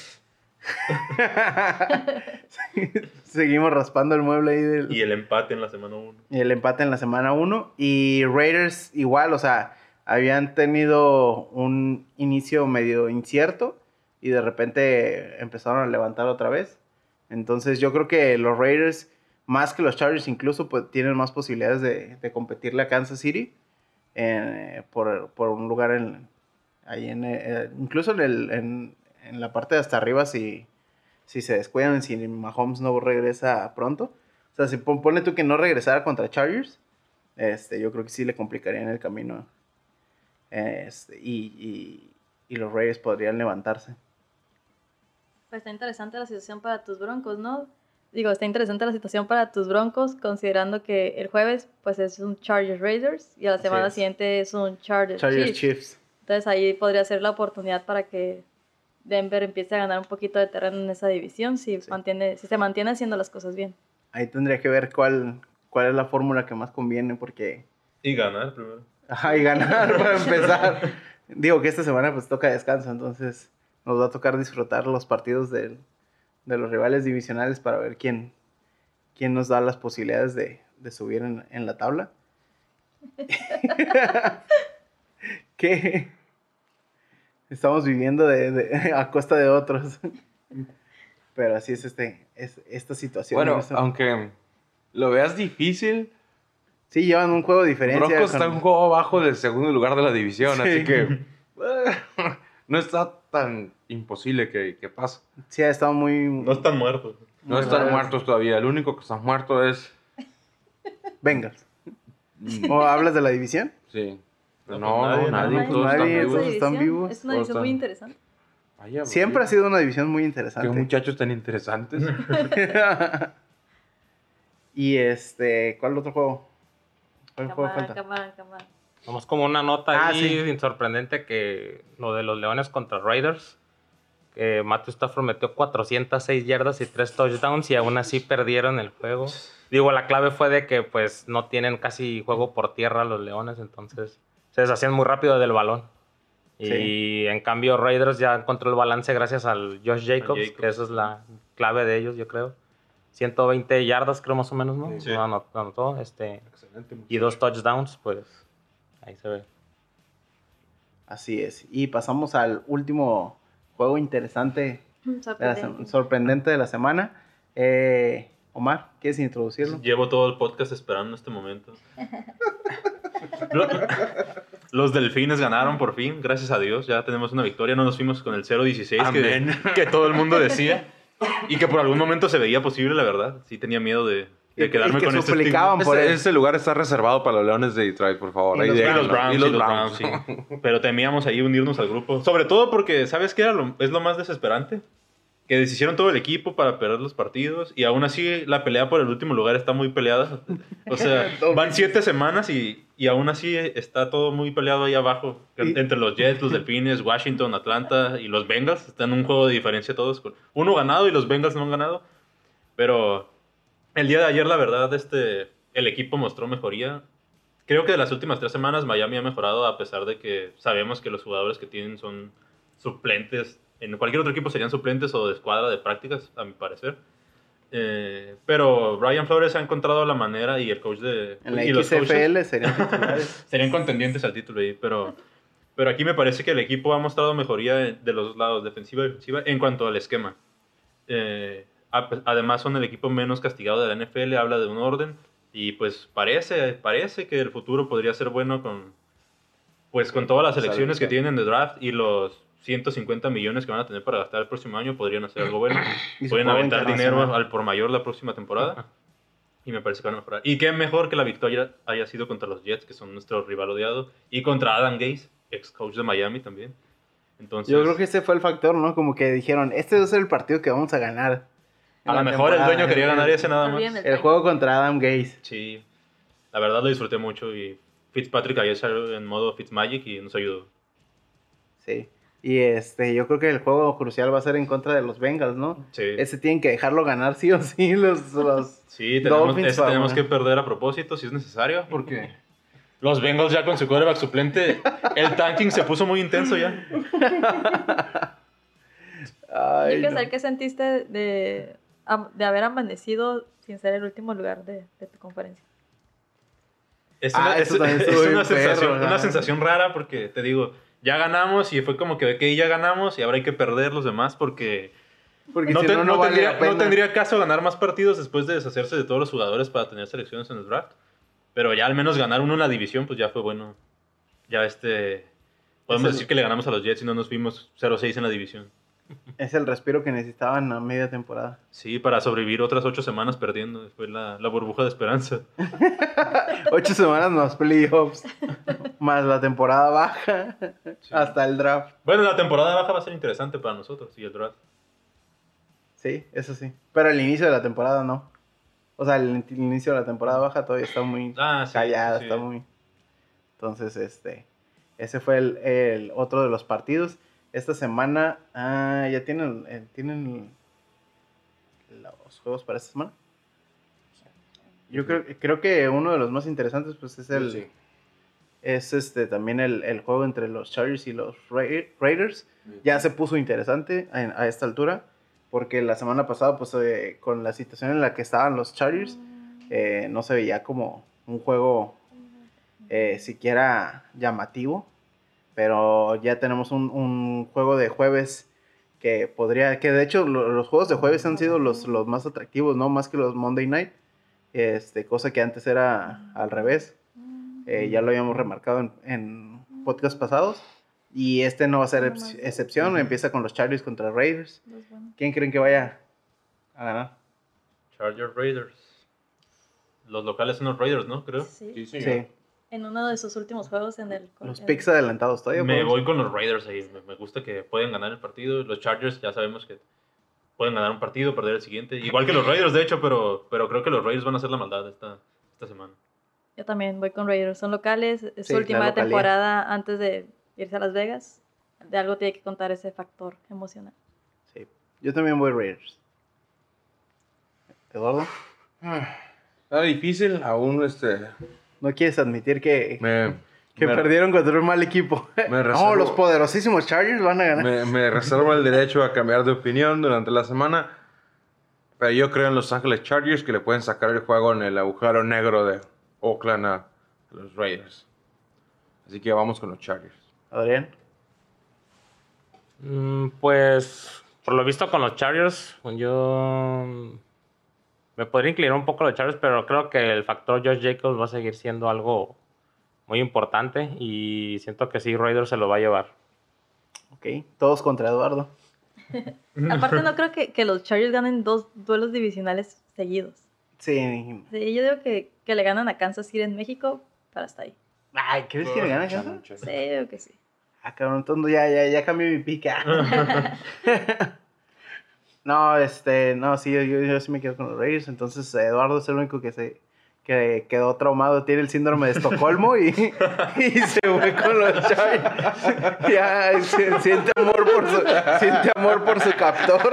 Seguimos raspando el mueble ahí del... Y el empate en la semana uno. El empate en la semana uno. Y Raiders igual, o sea, habían tenido un inicio medio incierto y de repente empezaron a levantar otra vez. Entonces yo creo que los Raiders, más que los Chargers incluso, pues tienen más posibilidades de, de competirle a Kansas City eh, por, por un lugar en, ahí en, eh, incluso en, el, en, en la parte de hasta arriba si, si se descuidan, si Mahomes no regresa pronto. O sea, si pon- ponle tú que no regresara contra Chargers, este, yo creo que sí le complicarían el camino. Este, y, y, y los Raiders podrían levantarse. Pues está interesante la situación para tus Broncos, ¿no? Digo, está interesante la situación para tus Broncos, considerando que el jueves pues es un Chargers Raiders y a la Así semana es. siguiente es un Chargers, Chargers Chiefs. Chiefs. Entonces ahí podría ser la oportunidad para que Denver empiece a ganar un poquito de terreno en esa división si, Sí. mantiene, si se mantiene haciendo las cosas bien. Ahí tendría que ver cuál, cuál es la fórmula que más conviene porque... Y ganar primero. Ajá, y ganar para empezar. Digo que esta semana pues toca descanso, entonces nos va a tocar disfrutar los partidos del- de los rivales divisionales para ver quién, quién nos da las posibilidades de, de subir en, en la tabla. ¿Qué? Estamos viviendo de, de- a costa de otros. Pero así es, este, es esta situación. Bueno, Esto- aunque lo veas difícil, Sí, llevan un juego de diferencia. Broncos con- está un juego abajo del segundo lugar de la división, Sí. así que eh, no está tan imposible que, que pase. Sí, ha estado muy... No están muertos. No muy están raro. muertos todavía. El único que está muerto es... Bengals. ¿O hablas de la división? Sí. No, No, no, pues nadie, nadie. ¿no? Todos Nadie, están Esa todos vivos. están división vivos. Es una Todos división muy están- interesante. Vaya, Siempre ha vaya. sido una división muy Qué interesante. muchachos tan interesantes. Y este, ¿cuál otro juego? ¿Cuál juego Camán, falta? camán, camán. Vamos como una nota Ah, ahí sí. sorprendente que lo de los Leones contra Raiders, que Matthew Stafford metió cuatrocientas seis yardas y tres touchdowns y aún así perdieron el juego. Digo, la clave fue de que pues no tienen casi juego por tierra los Leones, entonces se deshacían muy rápido del balón. Y Sí. en cambio Raiders ya encontró el balance gracias al Josh Jacobs, Jacobs. que esa es la clave de ellos, yo creo. ciento veinte yardas creo más o menos, ¿no? Sí. Lo anotó, anotó, este, Excelente. y dos touchdowns, pues ahí se ve. Así es. Y pasamos al último juego interesante, Mm, de la sorprendente. se- sorprendente de la semana. Eh, Omar, ¿quieres introducirlo? Llevo todo el podcast esperando este momento. Lo- Los Delfines ganaron por fin, gracias a Dios. Ya tenemos una victoria. No nos fuimos con el cero dieciséis que, Amén. que todo el mundo decía. Y que por algún momento se veía posible, la verdad. Sí tenía miedo de, de Y- quedarme y que con este suplicaban por Este, él. este lugar está reservado para los Leones de Detroit, por favor. Y Ahí los Y déjenlo. los Browns, Y y los los Browns. Browns, sí. Pero temíamos ahí unirnos al grupo. Sobre todo porque, ¿sabes qué era lo, es lo más desesperante? Que deshicieron todo el equipo para perder los partidos y aún así la pelea por el último lugar está muy peleada. O sea, van siete semanas y, y aún así está todo muy peleado ahí abajo. Y- Entre los Jets, los Delfines, Washington, Atlanta y los Bengals. Están en un juego de diferencia todos. con Uno ganado y los Bengals no han ganado. Pero el día de ayer, la verdad, este, el equipo mostró mejoría. Creo que de las últimas tres semanas Miami ha mejorado a pesar de que sabemos que los jugadores que tienen son suplentes. En cualquier otro equipo serían suplentes o de escuadra de prácticas, a mi parecer. Eh, pero Brian Flores ha encontrado la manera y el coach de... En la y los X F L coaches serían titulares. serían contendientes al título ahí, pero Pero aquí me parece que el equipo ha mostrado mejoría de los dos lados, defensiva y defensiva, en cuanto al esquema. Eh, además son el equipo menos castigado de la N F L, habla de un orden, y pues parece, parece que el futuro podría ser bueno con, pues, con todas las selecciones que tienen de draft y los ciento cincuenta millones que van a tener para gastar el próximo año, podrían hacer algo bueno. Pueden aventar dinero al por mayor la próxima temporada. Y me parece que van a mejorar. Y qué mejor que la victoria haya sido contra los Jets, que son nuestro rival odiado. Y contra Adam Gase, ex coach de Miami también. Entonces, yo creo que ese fue el factor, ¿no? Como que dijeron, este es el partido que vamos a ganar. A lo mejor el dueño quería ganar ese nada más. El, el juego contra Adam Gase. Sí, la verdad lo disfruté mucho. Y Fitzpatrick ayer salió en modo Fitzmagic y nos ayudó. Sí. Y este, yo creo que el juego crucial va a ser en contra de los Bengals, ¿no? Sí. Ese tienen que dejarlo ganar sí o sí los, los sí, tenemos, Dolphins. Ese tenemos que perder a propósito si es necesario, porque los Bengals ya con su quarterback suplente, el tanking se puso muy intenso ya. Ay, Yo quiero no. saber qué sentiste de, de haber amanecido sin ser el último lugar de, de tu conferencia. Es Ah, una, eso es- también es estuvo una bien sensación, perro, una ¿no? sensación rara porque te digo, ya ganamos y fue como que, ok, ya ganamos y ahora hay que perder los demás porque Porque no, si te- no, no no vale tendría, la pena. no tendría caso ganar más partidos después de deshacerse de todos los jugadores para tener selecciones en el draft. Pero ya al menos ganar uno en la división, pues ya fue bueno. Ya este... Podemos Es el- decir que le ganamos a los Jets y no nos fuimos cero seis en la división. Es el respiro que necesitaban a media temporada. Sí, para sobrevivir otras ocho semanas perdiendo. Fue la, la burbuja de esperanza. Ocho semanas más playoffs. Más la temporada baja. Hasta el draft. Bueno, la temporada baja va a ser interesante para nosotros y el draft. Sí, eso sí. Pero el inicio de la temporada no. O sea, el, el inicio de la temporada baja todavía está muy Ah, sí, callada, sí. está muy... Entonces, este... Ese fue el, el otro de los partidos. Esta semana... Ah, ya tienen, eh, tienen los juegos para esta semana. Yo creo, creo que uno de los más interesantes pues es el... Sí. Es este también el, el juego entre los Chargers y los Ra- Raiders. Ya se puso interesante a, a esta altura. Porque la semana pasada, pues eh, con la situación en la que estaban los Chargers, eh, no se veía como un juego eh, siquiera llamativo. Pero ya tenemos un, un juego de jueves que podría... Que de hecho lo- los juegos de jueves han sido los, los más atractivos, ¿no? Más que los Monday Night. Este, cosa que antes era al revés. Eh, ya lo habíamos remarcado en, en podcasts pasados. Y este no va a ser ex- excepción. Empieza con los Chargers contra Raiders. ¿Quién creen que vaya a ganar? Chargers Raiders. Los locales son los Raiders, ¿no? Creo. Sí. Sí, señor. Sí, En uno de sus últimos juegos en el... los en- picks adelantados todavía. Me podemos- voy con los Raiders ahí. Me, me gusta que pueden ganar el partido. Los Chargers ya sabemos que pueden ganar un partido, perder el siguiente. Igual que los Raiders, de hecho, pero, pero creo que los Raiders van a hacer la maldad esta, esta semana. Yo también voy con Raiders. Son locales. Es Sí, su la última localía. temporada antes de irse a Las Vegas. De algo tiene que contar ese factor emocional. Sí. Yo también voy Raiders. Eduardo, Está difícil, aún este... ¿no quieres admitir que, Me, que me- perdieron contra un mal equipo? Me No, reservo- los poderosísimos Chargers van a ganar. Me, me reservo el derecho a cambiar de opinión durante la semana. Pero yo creo en Los Ángeles Chargers que le pueden sacar el juego en el agujero negro de Oakland a los Raiders. Así que vamos con los Chargers. Adrián. Mm, Pues, por lo visto con los Chargers, yo mm, me podría inclinar un poco a los Chargers, pero creo que el factor Josh Jacobs va a seguir siendo algo muy importante y siento que sí, Raiders se lo va a llevar. Ok, todos contra Eduardo. Aparte, no creo que, que los Chargers ganen dos duelos divisionales seguidos. Sí. Sí, yo digo que, que le ganan a Kansas City en México, para hasta ahí. Ay, ¿crees que le gana Kansas? Sí, yo creo que sí. Ah, cabrón, entonces ya, ya, ya cambié mi pica. No, este, no, sí, yo, yo, yo sí me quedo con los Raiders. Entonces, Eduardo es el único que se que quedó traumado, tiene el síndrome de Estocolmo y, y se fue con los Chargers. Ya se- siente amor por su, siente amor por su captor.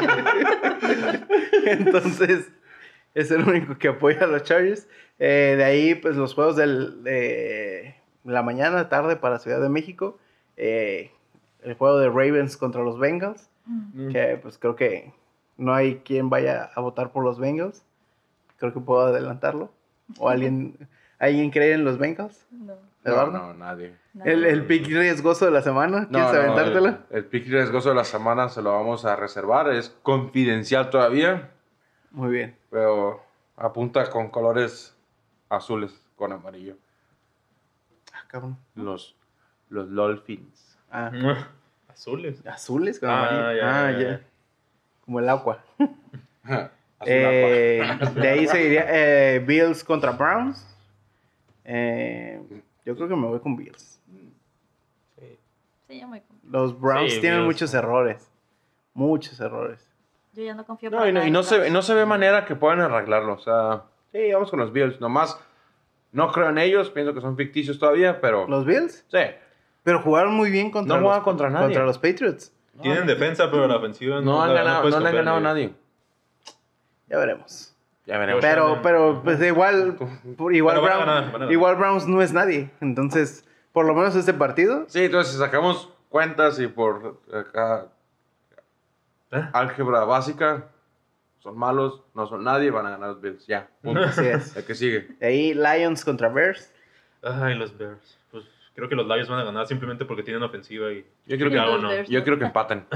Entonces, es el único que apoya a los Chargers. Eh, de ahí, pues, los juegos del, de la mañana, tarde para Ciudad de México. Eh, el juego de Ravens contra los Bengals. Que, pues, creo que no hay quien vaya a votar por los Bengals. Creo que puedo adelantarlo. O alguien, ¿Alguien cree en los Bengals? No. No, ¿Eduardo? no, nadie. ¿El, el pick riesgoso de la semana? ¿Quieres No, no, aventártelo? el, el pick riesgoso de la semana se lo vamos a reservar. Es confidencial todavía, Muy bien. pero apunta con colores azules con amarillo. Ah, cabrón. Los, los Dolphins. Ah, Azules. azules con Ah, amarillo. ya, Ah, ya, ya. ya. Como el agua. Azul Eh, agua. de ahí seguiría eh, Bills contra Browns. Eh, yo creo que me voy con Bills. Sí, yo, me... Los Browns Sí, tienen Bills. muchos errores. Muchos errores. yo ya no confío No, para y no, nada y en no los se, Browns. no se ve manera que puedan arreglarlo. O sea, sí, vamos con los Bills. Nomás, no creo en ellos. Pienso que son ficticios todavía, pero... ¿Los Bills? Sí. Pero jugaron muy bien contra, No los, juegan contra nadie. contra los Patriots. Tienen defensa, pero la ofensiva No, han la- ganado, puedes no le han confiar ganado a en nadie. Ya veremos. Ya veremos. Pero, Shannon. pero, pues igual, por- igual, Pero van a Brown- ganar, van a ganar. igual Browns no es nadie. Entonces, por lo menos este partido, Sí, entonces si sacamos cuentas y por acá, ¿Eh? álgebra básica, son malos, no son nadie, van a ganar los Bills. Ya, punto. así es. El que sigue. De ahí Lions contra Bears. Ay, los Bears. Pues creo que los Lions van a ganar simplemente porque tienen ofensiva y Yo creo que, Chicago los no. Bears. yo creo que empaten.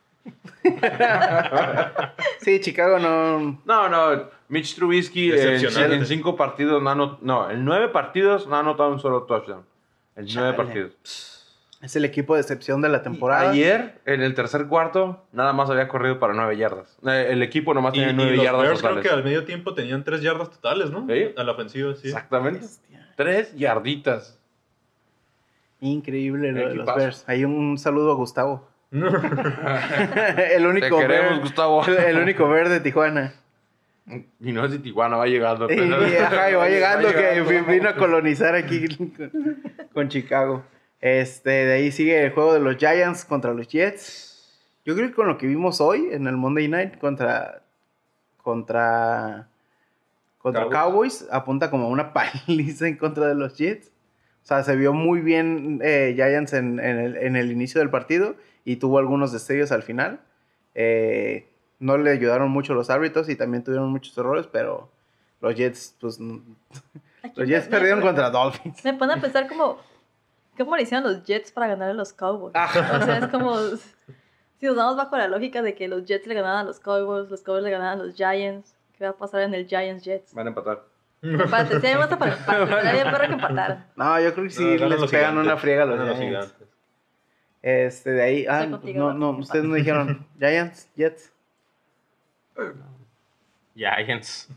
Sí, Chicago no. No, no, Mitch Trubisky en, Decepcionante. en cinco partidos, no, anot- no, en nueve partidos no ha anotado un solo touchdown. En nueve Chale. partidos. Es el equipo de excepción de la temporada. Ayer, en el tercer cuarto, nada más había corrido para nueve yardas. Eh, El equipo nomás Y, tenía y nueve los yardas Bears creo totales. que al medio tiempo tenían tres yardas totales, ¿no? ¿Sí? A la ofensiva, sí. Exactamente. Bestia. Tres yarditas. Increíble lo de los Equipazo. Bears. Hay un saludo a Gustavo. el único Te queremos, Bear- Gustavo. El, el único Bear de Tijuana. Y no es de Tijuana, va llegando. Y, y, ajá, y va llegando, que llegando. vi- vino a colonizar aquí con, con Chicago. Este, de ahí sigue el juego de los Giants contra los Jets. Yo creo que con lo que vimos hoy en el Monday Night contra contra contra Cowboys, Cowboys. apunta como una paliza en contra de los Jets. O sea, se vio muy bien eh, Giants en, en el, en el inicio del partido y tuvo algunos destellos al final. Eh, no le ayudaron mucho los árbitros y también tuvieron muchos errores, pero los Jets, pues, n- Aquí los me- Jets me- perdieron contra Dolphins. Me pone a pensar como, ¿cómo le hicieron los Jets para ganar a los Cowboys? Ah. O sea, es como, si nos vamos bajo la lógica de que los Jets le ganaban a los Cowboys, los Cowboys le ganaban a los Giants, ¿qué va a pasar en el Giants Jets? Van a empatar. Empate, sí, vamos a para empate, estaría bien perro que empataran. No, yo creo que sí No, ganan les los pegan gigantes. una friega a los Ganan Giants. gigantes. Este, de ahí, ah, Estoy pues contigo, no, Eduardo. no, ustedes no dijeron Giants, Jets. Giants.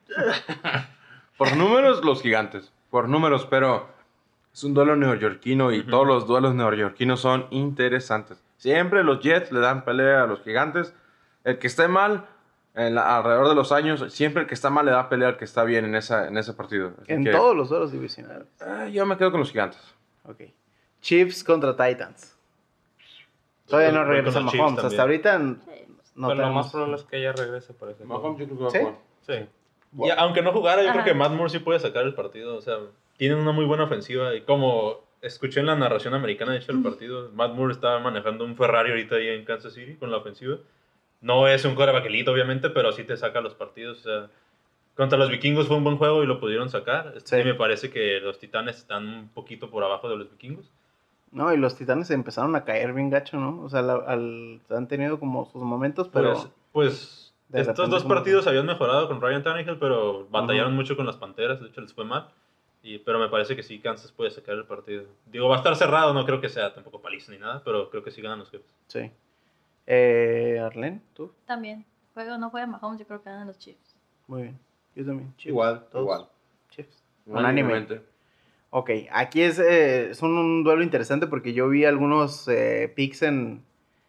Por números, los gigantes. Por números, pero es un duelo neoyorquino y todos los duelos neoyorquinos son interesantes. Siempre los Jets le dan pelea a los gigantes. El que esté mal, en la- alrededor de los años, siempre el que está mal le da pelea al que está bien en, esa, en ese partido. Así En que, todos los duelos divisionales. eh, yo me quedo con los gigantes. Ok. Chiefs contra Titans. Todavía no Voy con regresa los Chiefs Mahomes. Hasta ahorita n- no Pero lo tenemos... más probable es que ella regrese por ese Mahomes, yo creo que va a ¿Sí? jugar. Sí. Y aunque no jugara, yo Ajá. creo que Matt Moore sí puede sacar el partido. O sea, tienen una muy buena ofensiva. Y como escuché en la narración americana, de hecho, el partido, Matt Moore estaba manejando un Ferrari ahorita ahí en Kansas City con la ofensiva. No es un quarterback elite, obviamente, pero sí te saca los partidos. O sea, contra los vikingos fue un buen juego y lo pudieron sacar. Este, Sí. sí me parece que los titanes están un poquito por abajo de los vikingos. No, y los Titanes empezaron a caer bien gacho, ¿no? O sea, la- al- han tenido como sus momentos, pero... Pues, pues de estos repente dos como- partidos habían mejorado con Ryan Tannehill, pero batallaron mucho con las Panteras, de hecho les fue mal. Y, pero me parece que sí, Kansas puede sacar el partido. Digo, va a estar cerrado, no creo que sea tampoco paliza ni nada, pero creo que sí ganan los jefes. Sí. Eh, Arlen, ¿tú? También, juego o no juega Mahomes, yo creo que ganan los Chiefs. Muy bien. Yo también. Chiefs. Igual, Todos. igual. Chiefs. Unánime. Unánimemente. Ok, aquí es, eh, es un, un duelo interesante porque yo vi algunos eh, pics en,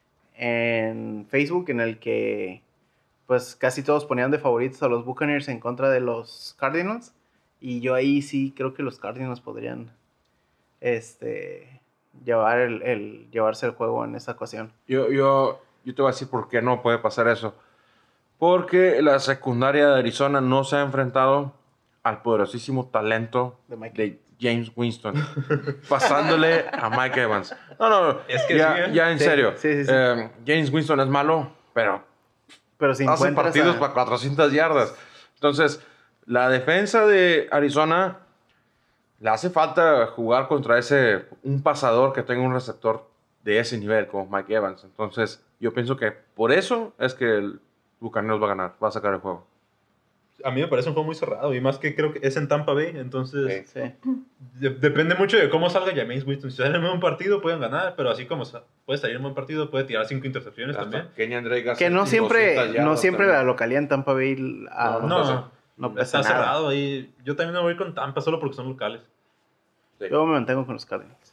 en Facebook en el que pues casi todos ponían de favoritos a los Buccaneers en contra de los Cardinals y yo ahí sí creo que los Cardinals podrían este llevar el, el- llevarse el juego en esta ocasión. Yo, yo, yo te voy a decir por qué no puede pasar eso. Porque la secundaria de Arizona no se ha enfrentado al poderosísimo talento De Mike. de James Winston, pasándole a Mike Evans. No, no, Es que ya, sí, ¿eh? ya en Sí, serio. sí, sí, sí. Eh, James Winston es malo, pero Pero si hace encuentras partidos a- para cuatrocientas yardas. Entonces, la defensa de Arizona le hace falta jugar contra ese, un pasador que tenga un receptor de ese nivel, como Mike Evans. Entonces, yo pienso que por eso es que el Buccaneers va a ganar, va a sacar el juego. A mí me parece un juego muy cerrado y más que creo que es en Tampa Bay, entonces Sí. de- depende mucho de cómo salga Jameis Winston. Si sale en un buen partido pueden ganar, pero así como sa- puede salir en un buen partido puede tirar cinco intercepciones también. Kenyan Drake hace Que no siempre, doscientas no yardas siempre también. la localidad en Tampa Bay ah, No, No, pasa. no pasa está nada. cerrado ahí. Yo también me voy con Tampa solo porque son locales. Sí. Yo me mantengo con los Cardinals.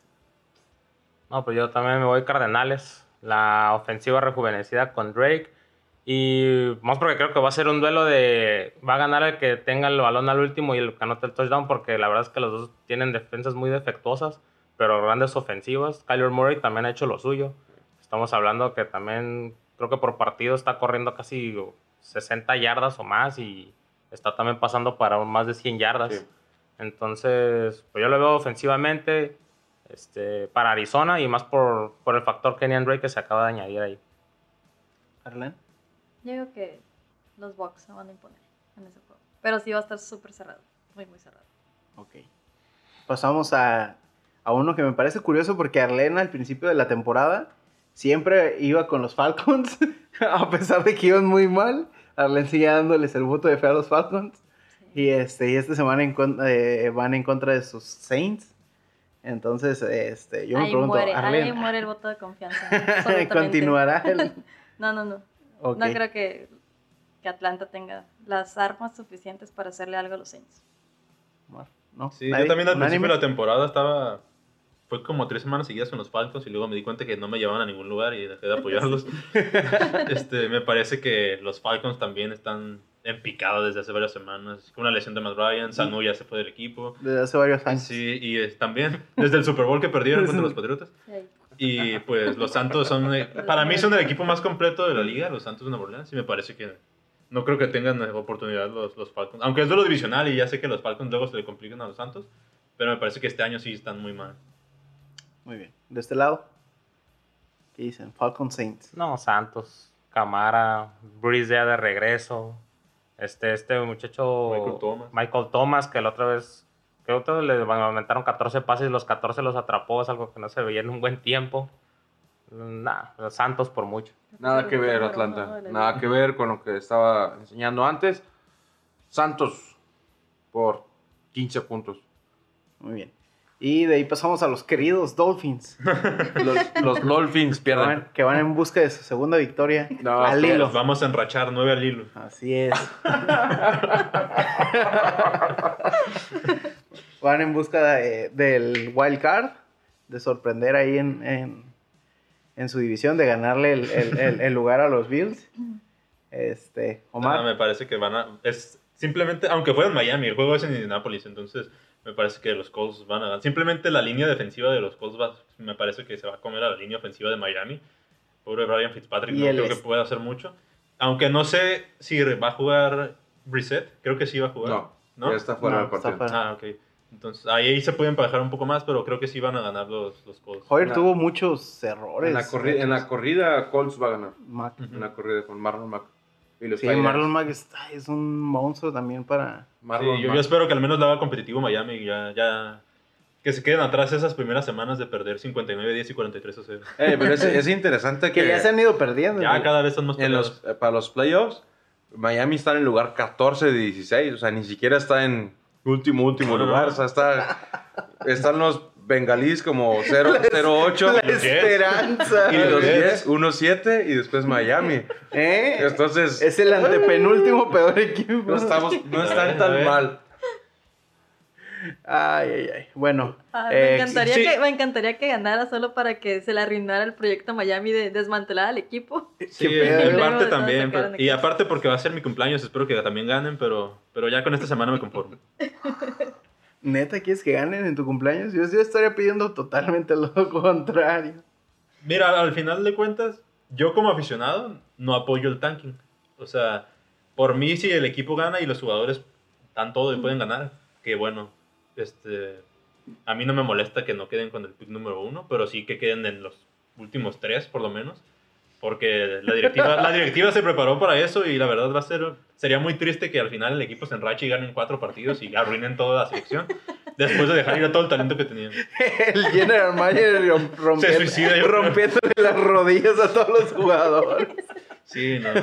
No, pues yo también me voy Cardenales. La ofensiva rejuvenecida con Drake. Y más porque creo que va a ser un duelo de... Va a ganar el que tenga el balón al último y el que anote el touchdown, porque la verdad es que los dos tienen defensas muy defectuosas, pero grandes ofensivas. Kyler Murray también ha hecho lo suyo. Estamos hablando que también creo que por partido está corriendo casi sesenta yardas o más y está también pasando para más de cien yardas. Sí. Entonces, pues yo lo veo ofensivamente este, para Arizona y más por, por el factor Kenyan Drake que se acaba de añadir ahí. Arlen. Yo digo que los Bucks se van a imponer en ese juego. Pero sí va a estar súper cerrado. Muy, muy cerrado. Ok. Pasamos a, a uno que me parece curioso porque Arlena al principio de la temporada siempre iba con los Falcons. A pesar de que iban muy mal, Arlen sigue dándoles el voto de fe a los Falcons. Sí. Y, este, y esta semana en con- eh, van en contra de sus Saints. Entonces, este, yo me ahí pregunto, muere, Arlen, ahí muere el voto de confianza. absolutamente. ¿continuará el...? No, no, no. Ok. No creo que, que Atlanta tenga las armas suficientes para hacerle algo a los Saints. ¿No? Sí, ¿Nadie? yo también al ¿Unánime? principio de la temporada estaba... Fue como tres semanas seguidas con los Falcons y luego me di cuenta que no me llevaban a ningún lugar y dejé de apoyarlos. este, me parece que los Falcons también están en picada desde hace varias semanas. Con una lesión de Matt Ryan, Sanu ya se fue del equipo. Desde hace varios años. Sí, y eh, también desde el Super Bowl que perdieron contra los Patriotas. Sí, ahí. Y pues los Santos son, eh, para mí son el equipo más completo de la liga, los Santos de Nueva Orleans, y me parece que no creo que tengan oportunidad los, los Falcons. Aunque es duelo divisional y ya sé que los Falcons luego se le complican a los Santos, pero me parece que este año sí están muy mal. Muy bien. De este lado, ¿qué dicen? Falcon Saints. No, Santos, Camara, Breeze ya de regreso. Este, este muchacho... Michael Thomas. Michael Thomas, que la otra vez... Que otra vez le aumentaron catorce pases y los catorce los atrapó. Es algo que no se veía en un buen tiempo. Nah, los Santos por mucho. Nada que ver, Atlanta. Nada que ver con lo que estaba enseñando antes. Santos por quince puntos. Muy bien. Y de ahí pasamos a los queridos Dolphins. Los, los Dolphins que, pierden. van, que van en busca de su segunda victoria No, al pero hilo. Los vamos a enrachar nueve al hilo. Así es. Van en busca de- del wild card, de sorprender ahí en, en, en su división, de ganarle el, el- el- el lugar a los Bills. Este, Omar. No, me parece que van a... Es simplemente, aunque fuera en Miami, el juego es en Indianapolis, entonces me parece que los Colts van a ganar. Simplemente la línea defensiva de los Colts va- me parece que se va a comer a la línea ofensiva de Miami. Pobre Brian Fitzpatrick, Y no el creo que es- pueda hacer mucho. Aunque no sé si va a jugar Brissett, creo que sí va a jugar. No, ¿No? ya está fuera No, del partido. está fuera. Ah, ok. Entonces ahí se pueden bajar un poco más, pero creo que sí van a ganar los, los Colts. Hoyer La- tuvo muchos errores. En la, corri- en la corrida, Colts va a ganar. Mac. En la corrida con Marlon Mack. Y los Sí, Titans. Marlon Mack está- es un monstruo también para... Sí, Marlon yo, Mack. yo espero que al menos lo haga competitivo Miami y ya, ya... Que se queden atrás esas primeras semanas de perder cincuenta y nueve a diez y cuarenta y tres a cero. Eh, pero es, es interesante que, Que ya se han ido perdiendo. Ya ¿no? cada vez son más en peleados. los, eh, para los playoffs, Miami está en el lugar catorce de dieciséis. O sea, ni siquiera está en último, último No, no, lugar. no. O sea, está, están los bengalíes como cero cero ocho. La Los Jets. esperanza. Y los Jets. diez, uno siete y después Miami. ¿Eh? Entonces, Es el antepenúltimo peor equipo. no, estamos, no A están ver, a tan ver. mal. Ay, ay, ay. Bueno. Ay, eh, me, encantaría sí. que, me encantaría que ganara solo para que se le arruinara el proyecto Miami de desmantelar al equipo. Sí, Qué pedo. en Luego parte de todo también. sacaron pero- de y casa. aparte porque va a ser mi cumpleaños, espero que también ganen, pero, pero ya con esta semana me conformo. ¿Neta quieres que ganen en tu cumpleaños? Yo, yo estaría pidiendo totalmente lo contrario. Mira, al final de cuentas, yo como aficionado no apoyo el tanking. O sea, por mí si el equipo gana y los jugadores dan todo y pueden ganar, que bueno, este, a mí no me molesta que no queden con el pick número uno, pero sí que queden en los últimos tres por lo menos. Porque la directiva, la directiva se preparó para eso y la verdad va a ser... Sería muy triste que al final el equipo se enrache y ganen cuatro partidos y arruinen toda la selección. Después de dejar ir a todo el talento que tenían. El general manager rompiendo, Se suicida, yo creo. rompiéndole las rodillas a todos los jugadores. Sí, no.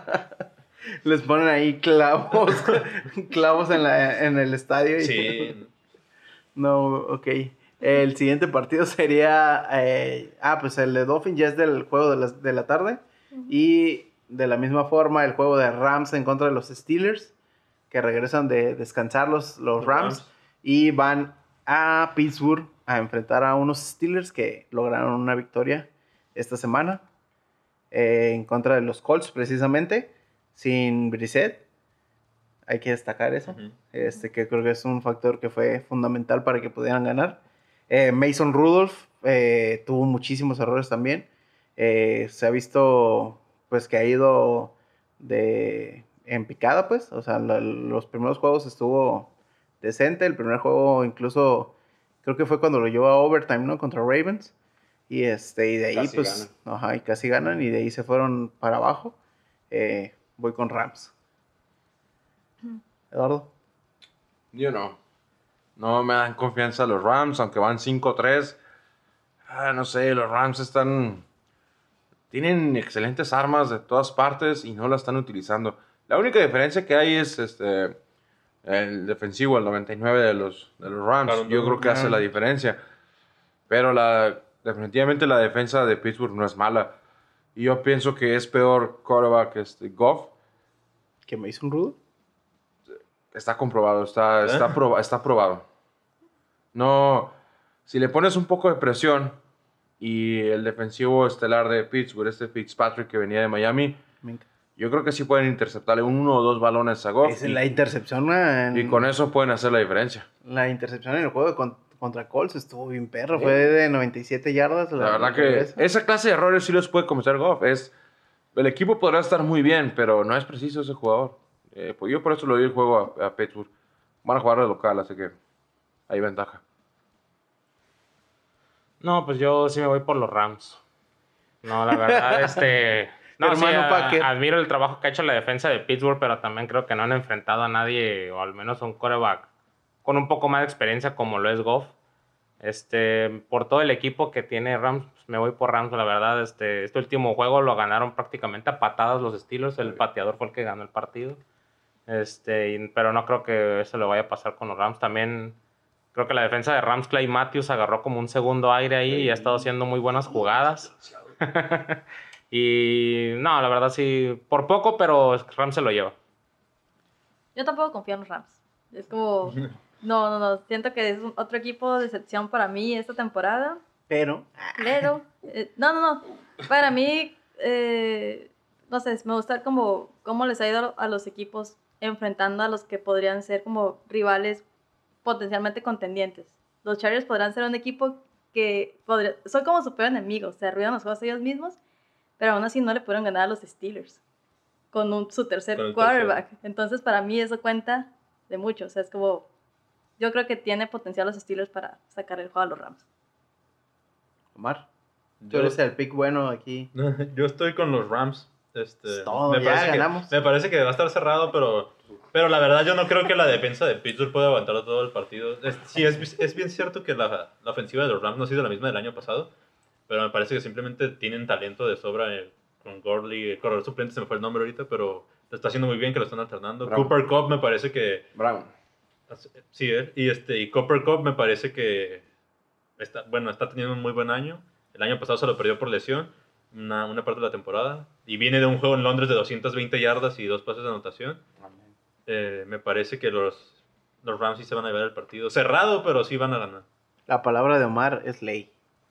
Les ponen ahí clavos, clavos en, la, en el estadio. Y... Sí. No, ok. El siguiente partido sería... Eh, ah, pues el de Dolphins ya es del juego de la, de la tarde. Uh-huh. Y de la misma forma el juego de Rams en contra de los Steelers. Que regresan de descansar los, los Rams. Rams. Y van a Pittsburgh a enfrentar a unos Steelers que lograron una victoria esta semana. Eh, en contra de los Colts precisamente. Sin Brissett. Hay que destacar eso. Uh-huh. Este, que creo que es un factor que fue fundamental para que pudieran ganar. Eh, Mason Rudolph eh, tuvo muchísimos errores también. Eh, se ha visto pues que ha ido de en picada, pues. O sea, la, los primeros juegos estuvo decente. El primer juego incluso creo que fue cuando lo llevó a overtime, ¿no? Contra Ravens. Y este y de ahí casi pues ganan. Ajá, y casi ganan y de ahí se fueron para abajo. Eh, voy con Rams. Eduardo. Yo no. No me dan confianza los Rams, aunque van cinco tres. Ah, no sé, los Rams están... Tienen excelentes armas de todas partes y no las están utilizando. La única diferencia que hay es este el defensivo, el noventa y nueve de los, de los Rams. Claro, Yo creo que hace la diferencia. Pero la, definitivamente la defensa de Pittsburgh no es mala. Y yo pienso que es peor quarterback este, Goff. ¿Que Mason Rudolph? Está comprobado, está, ¿Eh? está, proba, está probado. No, si le pones un poco de presión y el defensivo estelar de Pittsburgh, este Fitzpatrick que venía de Miami, yo creo que sí pueden interceptarle uno o dos balones a Goff. Es y, la intercepción en, y con eso pueden hacer la diferencia. La intercepción en el juego con, contra Colts estuvo bien perro, sí. Fue de noventa y siete yardas. La, la verdad que esa. esa clase de errores sí los puede cometer Goff. Es, el equipo podrá estar muy bien, pero no es preciso ese jugador. Eh, pues yo por eso le doy el juego a, a Pittsburgh. Van a jugar de local, así que hay ventaja. No, pues yo sí me voy por los Rams. No, la verdad, este... No, sí, a, admiro el trabajo que ha hecho la defensa de Pittsburgh, pero también creo que no han enfrentado a nadie, o al menos a un quarterback con un poco más de experiencia como lo es Goff. Este, por todo el equipo que tiene Rams, pues me voy por Rams, la verdad. Este, este último juego lo ganaron prácticamente a patadas los Steelers. El pateador fue el que ganó el partido. Este, y, pero no creo que eso le vaya a pasar con los Rams. También creo que la defensa de Rams, Clay Matthews, agarró como un segundo aire ahí y ha estado haciendo muy buenas jugadas. Y no, la verdad sí, por poco, pero Rams se lo lleva. Yo tampoco confío en los Rams. Es como, no, no, no, siento que es otro equipo de excepción para mí esta temporada. Pero. Pero, eh, no, no, no. Para mí, eh, no sé, me gusta como cómo les ha ido a los equipos enfrentando a los que podrían ser como rivales potencialmente contendientes. Los Chargers podrán ser un equipo que podría, son como su peor enemigo, se arruinan los juegos ellos mismos, pero aún así no le pudieron ganar a los Steelers con un, su tercer quarterback. Tercero. Entonces, para mí eso cuenta de mucho. O sea, es como, yo creo que tiene potencial los Steelers para sacar el juego a los Rams. Omar, tú eres el pick bueno aquí. Yo estoy con los Rams. Este, todo, me, ya parece ganamos. Que, me parece que va a estar cerrado, pero, pero la verdad yo no creo que la defensa de Pittsburgh pueda aguantar todo el partido. Es, sí, es, es bien cierto que la, la ofensiva de los Rams no ha sido la misma del año pasado, pero me parece que simplemente tienen talento de sobra eh, con Gurley. El corredor suplente se me fue el nombre ahorita, pero lo está haciendo muy bien, que lo están alternando. Brown. Cooper Kupp me parece que... Brown. Sí, eh, y, este, y Cooper Kupp me parece que está, bueno, está teniendo un muy buen año. El año pasado se lo perdió por lesión. Una, una parte de la temporada y viene de un juego en Londres de doscientas veinte yardas y dos pases de anotación. Eh, me parece que los, los Rams sí se van a llevar el partido cerrado, pero sí van a ganar. La palabra de Omar es ley.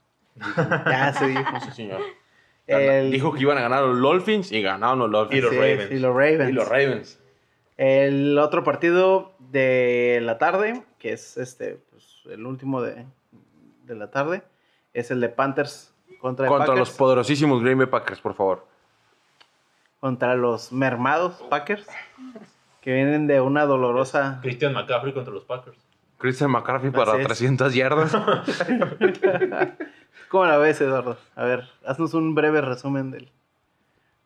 Ya se dijo. Sí, señor. El... Dijo que iban a ganar los Dolphins y ganaron los Dolphins. Y los, Ravens. y los Ravens. Y los Ravens. El otro partido de la tarde, que es este, pues, el último de, de la tarde, es el de Panthers Contra, contra los poderosísimos Green Bay Packers, por favor. Contra los mermados Packers, que vienen de una dolorosa... Christian McCaffrey contra los Packers. Christian McCaffrey para Así es. trescientas yardas. ¿Cómo la ves, Eduardo? A ver, haznos un breve resumen del...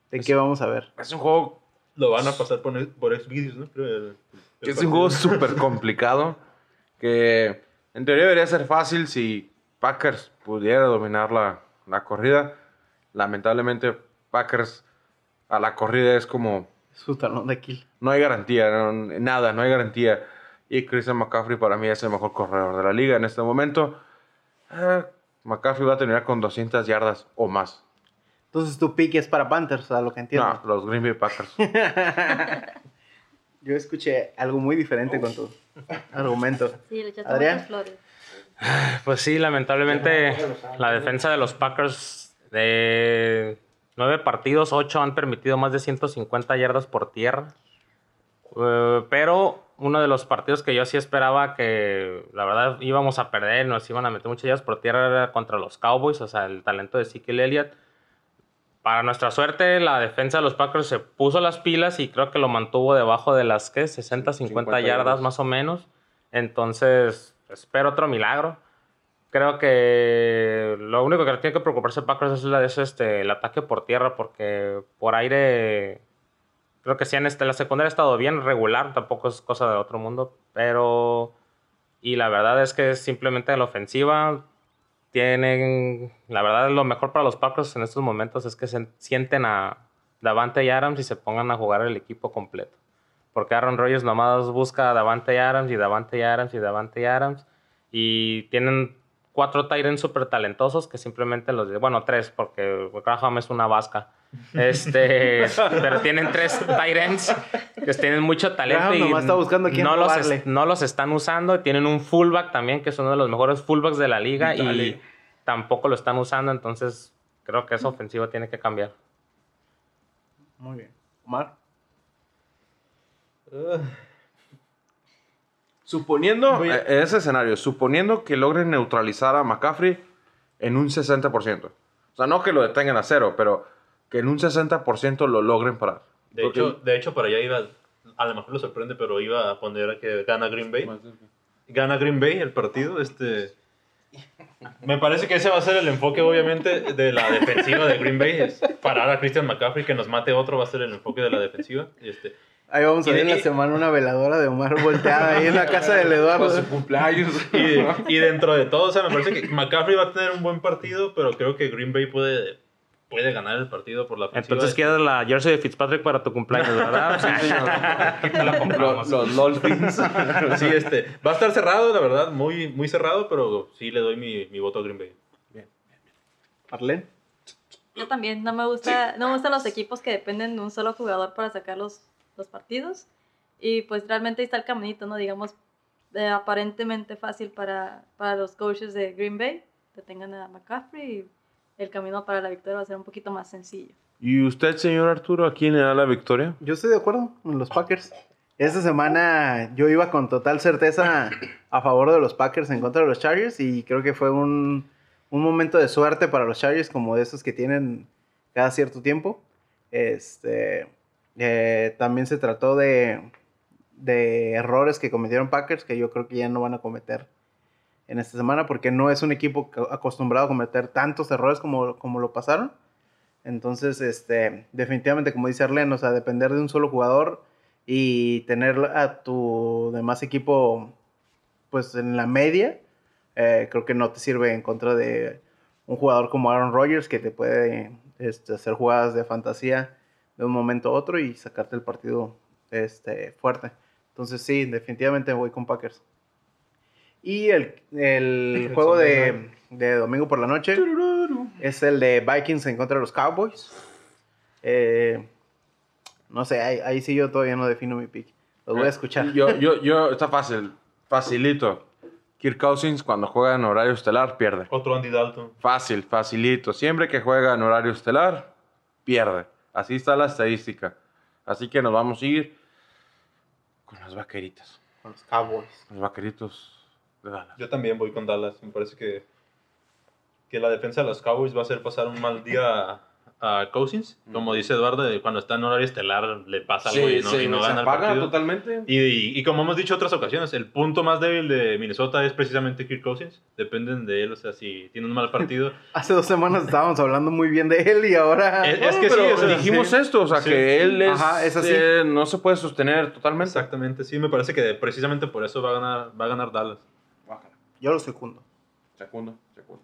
¿De qué vamos a ver? Es un juego... Lo van a pasar por, por Xvideos, ¿no? Creo el, el Es un juego súper complicado. Que en teoría debería ser fácil si Packers pudiera dominar la, la corrida. Lamentablemente, Packers a la corrida es como... Su talón de kill. No hay garantía, no, nada, no hay garantía. Y Christian McCaffrey para mí es el mejor corredor de la liga en este momento. Eh, McCaffrey va a terminar con doscientas yardas o más. Entonces tu pick es para Panthers, a lo que entiendo. No, los Green Bay Packers. Yo escuché algo muy diferente con tu argumento. Sí, le echaste Adrián. muchas flores. Pues sí, lamentablemente la defensa de los Packers de nueve partidos, ocho han permitido más de ciento cincuenta yardas por tierra. Uh, pero uno de los partidos que yo sí esperaba que la verdad íbamos a perder, nos iban a meter muchas yardas por tierra era contra los Cowboys, o sea, el talento de Ezekiel Elliott. Para nuestra suerte, la defensa de los Packers se puso las pilas y creo que lo mantuvo debajo de las ¿qué? sesenta, cincuenta yardas más o menos. Entonces, espero otro milagro. Creo que lo único que tiene que preocuparse Packers es, la, es este, el ataque por tierra, porque por aire creo que sí, en este, la secundaria ha estado bien regular, tampoco es cosa de otro mundo, pero... Y la verdad es que simplemente la ofensiva tienen... La verdad, lo mejor para los Packers en estos momentos es que se sienten a Davante Adams y se pongan a jugar el equipo completo. Porque Aaron Rodgers nomás busca a Davante Adams y Davante Adams y Davante Adams. Y tienen cuatro tight ends súper talentosos que simplemente los... Bueno, tres, porque Graham es una vasca. Este, pero tienen tres tight ends que tienen mucho talento. Graham y nomás está buscando a quién no los, robarle. es- no los están usando. Tienen un fullback también, que es uno de los mejores fullbacks de la liga. Dale. Y tampoco lo están usando. Entonces, creo que esa ofensiva tiene que cambiar. Muy bien. Omar. Suponiendo, Voy a- eh, en ese escenario, suponiendo que logren neutralizar a McCaffrey en un sesenta por ciento. O sea, no que lo detengan a cero, pero que en un sesenta por ciento lo logren parar. De Porque- hecho, de hecho, para allá iba, a lo mejor lo sorprende, pero iba a poner que gana Green Bay. Gana Green Bay el partido. Este, me parece que ese va a ser el enfoque, obviamente, de la defensiva de Green Bay. Es parar a Christian McCaffrey, que nos mate otro, va a ser el enfoque de la defensiva. Este, Ahí vamos a Y ver de- en la semana una veladora de Omar volteada ahí en la casa del Eduardo. Para su cumpleaños. y, y dentro de todo, o sea, me parece que McCaffrey va a tener un buen partido, pero creo que Green Bay puede, puede ganar el partido por la ofensiva. Entonces, ¿quieres la jersey de Fitzpatrick para tu cumpleaños, verdad? Te la compramos. Los, los Dolphins. Sí, este, va a estar cerrado, la verdad, muy, muy cerrado, pero sí le doy mi, mi voto a Green Bay. Arlen. Yo también, no me gusta, no me gustan los equipos que dependen de un solo jugador para sacar los, los partidos. Y pues realmente ahí está el caminito, ¿no? Digamos, eh, aparentemente fácil para, para los coaches de Green Bay, que tengan a McCaffrey, y el camino para la victoria va a ser un poquito más sencillo. ¿Y usted, señor Arturo, a quién le da la victoria? Yo estoy de acuerdo con los Packers. Esta semana yo iba con total certeza a favor de los Packers en contra de los Chargers y creo que fue un, un momento de suerte para los Chargers como de esos que tienen cada cierto tiempo. Este, eh, también se trató de, de errores que cometieron Packers que yo creo que ya no van a cometer en esta semana porque no es un equipo co- acostumbrado a cometer tantos errores como, como lo pasaron. Entonces, este, definitivamente, como dice Arlen, o sea, depender de un solo jugador y tener a tu demás equipo, pues, en la media, eh, creo que no te sirve en contra de un jugador como Aaron Rodgers, que te puede este, hacer jugadas de fantasía de un momento a otro y sacarte el partido este, fuerte. Entonces, sí, definitivamente voy con Packers. Y el, el juego de, de domingo por la noche es el de Vikings en contra de los Cowboys. Eh, no sé, ahí, ahí sí yo todavía no defino mi pick. Los voy a escuchar. Yo, yo, yo, está fácil, facilito. Kirk Cousins cuando juega en horario estelar pierde. Otro Andy Dalton. Fácil, facilito. Siempre que juega en horario estelar, pierde. Así está la estadística. Así que nos vamos a ir con las vaqueritas. Con los Cowboys. Los vaqueritos de Dallas. Yo también voy con Dallas. Me parece que, que la defensa de los Cowboys va a hacer pasar un mal día a Cousins. Como dice Eduardo, de cuando está en horario estelar le pasa algo Sí, y no, sí, y no se gana el apaga partido. totalmente. Y, y, y como hemos dicho otras ocasiones, el punto más débil de Minnesota es precisamente Kirk Cousins. Dependen de él, o sea, si tiene un mal partido. Hace dos semanas estábamos hablando muy bien de él y ahora... Es, es que Pero sí, o sea, dijimos sí. esto, o sea, Sí. que él es, Ajá, es así. eh, no se puede sostener totalmente. Exactamente, sí, me parece que precisamente por eso va a ganar, va a ganar Dallas. Bájala. Yo lo secundo. Segundo, segundo.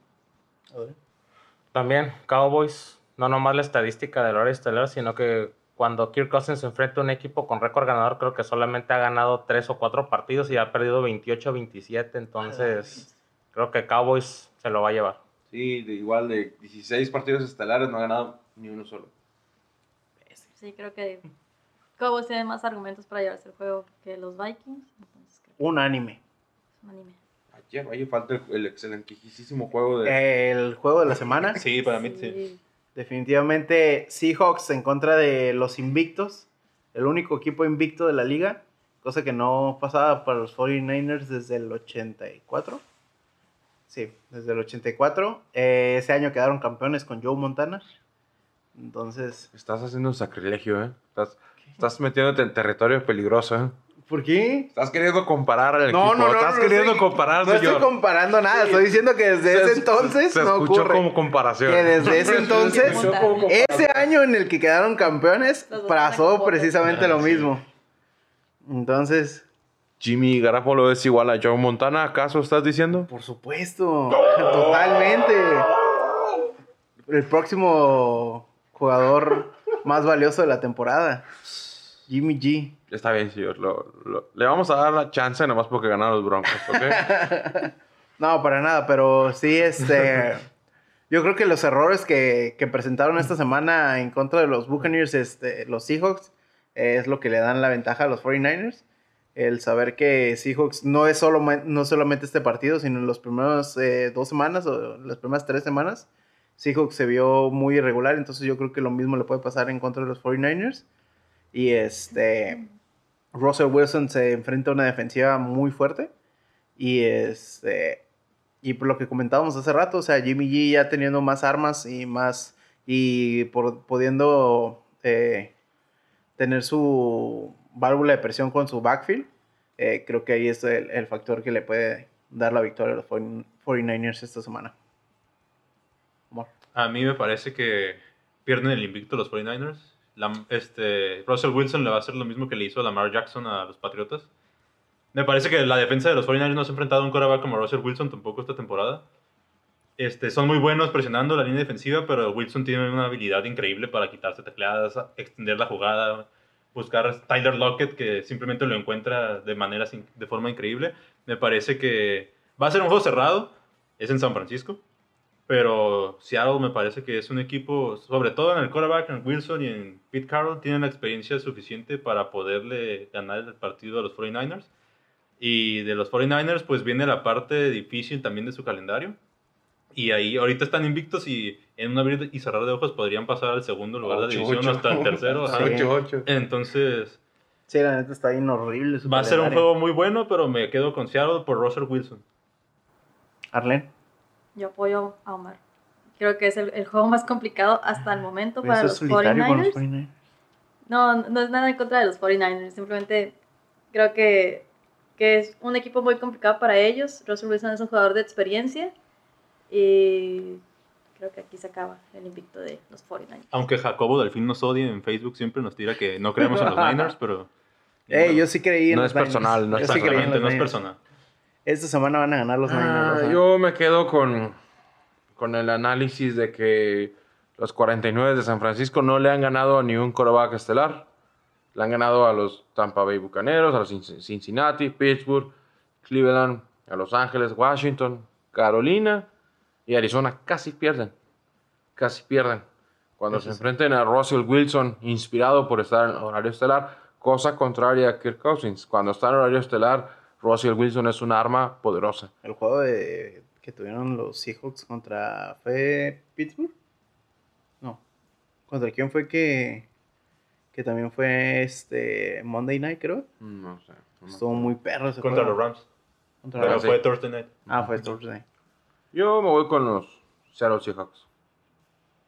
También Cowboys, no nomás la estadística del horario estelar, sino que cuando Kirk Cousins se enfrenta a un equipo con récord ganador, creo que solamente ha ganado tres o cuatro partidos y ha perdido veintiocho a veintisiete, entonces creo que Cowboys se lo va a llevar. Sí, de igual de dieciséis partidos estelares no ha ganado ni uno solo. Sí, creo que Cowboys tiene más argumentos para llevarse el juego que los Vikings. Entonces creo que Unánime. es un anime. Ayer, ahí falta el, el excelentísimo juego de... El juego de la semana. Sí, para mí sí. Definitivamente Seahawks en contra de los invictos. El único equipo invicto de la liga. Cosa que no pasaba para los cuarenta y nueve ers desde el ochenta y cuatro. Sí, desde el ochenta y cuatro. Eh, ese año quedaron campeones con Joe Montana. Entonces... Estás haciendo un sacrilegio, ¿eh? Estás, estás metiéndote en territorio peligroso, ¿eh? ¿Por qué? Estás queriendo comparar al No, equipo. no, no. Estás no queriendo estoy- comparar, No estoy señor. comparando nada. Estoy diciendo que desde ese Se- entonces se no escuchó ocurre. como comparación. Que desde ese entonces, Se escuchó como comparación. ese año en el que quedaron campeones, Los dos pasó están precisamente lo mismo. Entonces, Jimmy Garapolo es igual a Joe Montana, ¿acaso estás diciendo? por supuesto, totalmente. El próximo jugador más valioso de la temporada, Jimmy G. Está bien, señor. Lo- lo- le vamos a dar la chance nomás porque ganaron los Broncos, ¿ok? No, para nada, pero sí, este... yo creo que los errores que, que presentaron esta semana en contra de los Buccaneers, este, los Seahawks, eh, es lo que le dan la ventaja a los cuarenta y nueve ers. El saber que Seahawks no es solo, no solamente este partido, sino en las primeras eh, dos semanas o las primeras tres semanas, Seahawks se vio muy irregular, entonces yo creo que lo mismo le puede pasar en contra de los cuarenta y nueve ers. Y este... Russell Wilson se enfrenta a una defensiva muy fuerte. Y este... Y por lo que comentábamos hace rato, o sea, Jimmy G ya teniendo más armas y más... Y por, pudiendo eh, tener su válvula de presión con su backfield, eh, creo que ahí es el, el factor que le puede dar la victoria a los cuarenta y nueve ers esta semana. Omar. A mí me parece que pierden el invicto los cuarenta y nueve ers. La, este, Russell Wilson le va a hacer lo mismo que le hizo a Lamar Jackson a los Patriotas. Me parece que la defensa de los cuarenta y nueve ers no se ha enfrentado a un quarterback como Russell Wilson tampoco esta temporada. Este, son muy buenos presionando la línea defensiva, pero Wilson tiene una habilidad increíble para quitarse tacleadas, extender la jugada, buscar a Tyler Lockett, que simplemente lo encuentra de, manera, de forma increíble. Me parece que va a ser un juego cerrado, es en San Francisco, pero Seattle me parece que es un equipo, sobre todo en el quarterback, en Wilson y en Pete Carroll, tienen la experiencia suficiente para poderle ganar el partido a los cuarenta y nueve ers. Y de los cuarenta y nueve ers, pues viene la parte difícil también de su calendario. Y ahí ahorita están invictos y en un abrir y cerrar de ojos podrían pasar al segundo lugar de la Ocho, división ocho. hasta el tercero. ajá. Sí. ocho ocho. Entonces, Sí, la neta está bien horrible su va a ser un calendario. juego muy bueno, pero me quedo con Seattle por Russell Wilson. Arlen. Yo apoyo a Omar. Creo que es el, el juego más complicado hasta el momento para Eso es los solitario cuarenta y con nueve los ers. cuarenta y nueve. No, no es nada en contra de los cuarenta y nueve ers. Simplemente creo que, que es un equipo muy complicado para ellos. Russell Wilson es un jugador de experiencia. Y creo que aquí se acaba el invicto de los cuarenta y nueve ers. Aunque Jacobo Delfín nos odia en Facebook, siempre nos tira que no creemos en los Niners, pero... Ey, yo sí creí en No los es personal, Niners. no es Yo sí creí en Exactamente, los no es Niners. personal. Esta semana van a ganar los Ah, Niners. ¿no? yo me quedo con, con el análisis de que los cuarenta y nueve de San Francisco no le han ganado a ni un quarterback estelar. Le han ganado a los Tampa Bay Bucaneros, a los Cin- Cincinnati, Pittsburgh, Cleveland, a Los Ángeles, Washington, Carolina y Arizona. Casi pierden. Casi pierden. Cuando se enfrenten a Russell Wilson, inspirado por estar en horario estelar, cosa contraria a Kirk Cousins. Cuando está en horario estelar, Russell Wilson es un arma poderosa. El juego de, que tuvieron los Seahawks contra... ¿Fue Pittsburgh? No. ¿Contra quién fue que... que también fue este Monday Night, creo? No sé. no me Estuvo acuerdo. muy perro ese Contra juego. los Rams. Contra Pero los- sí. fue Thursday night. Ah, fue Thursday. Yo me voy con los Seattle Seahawks.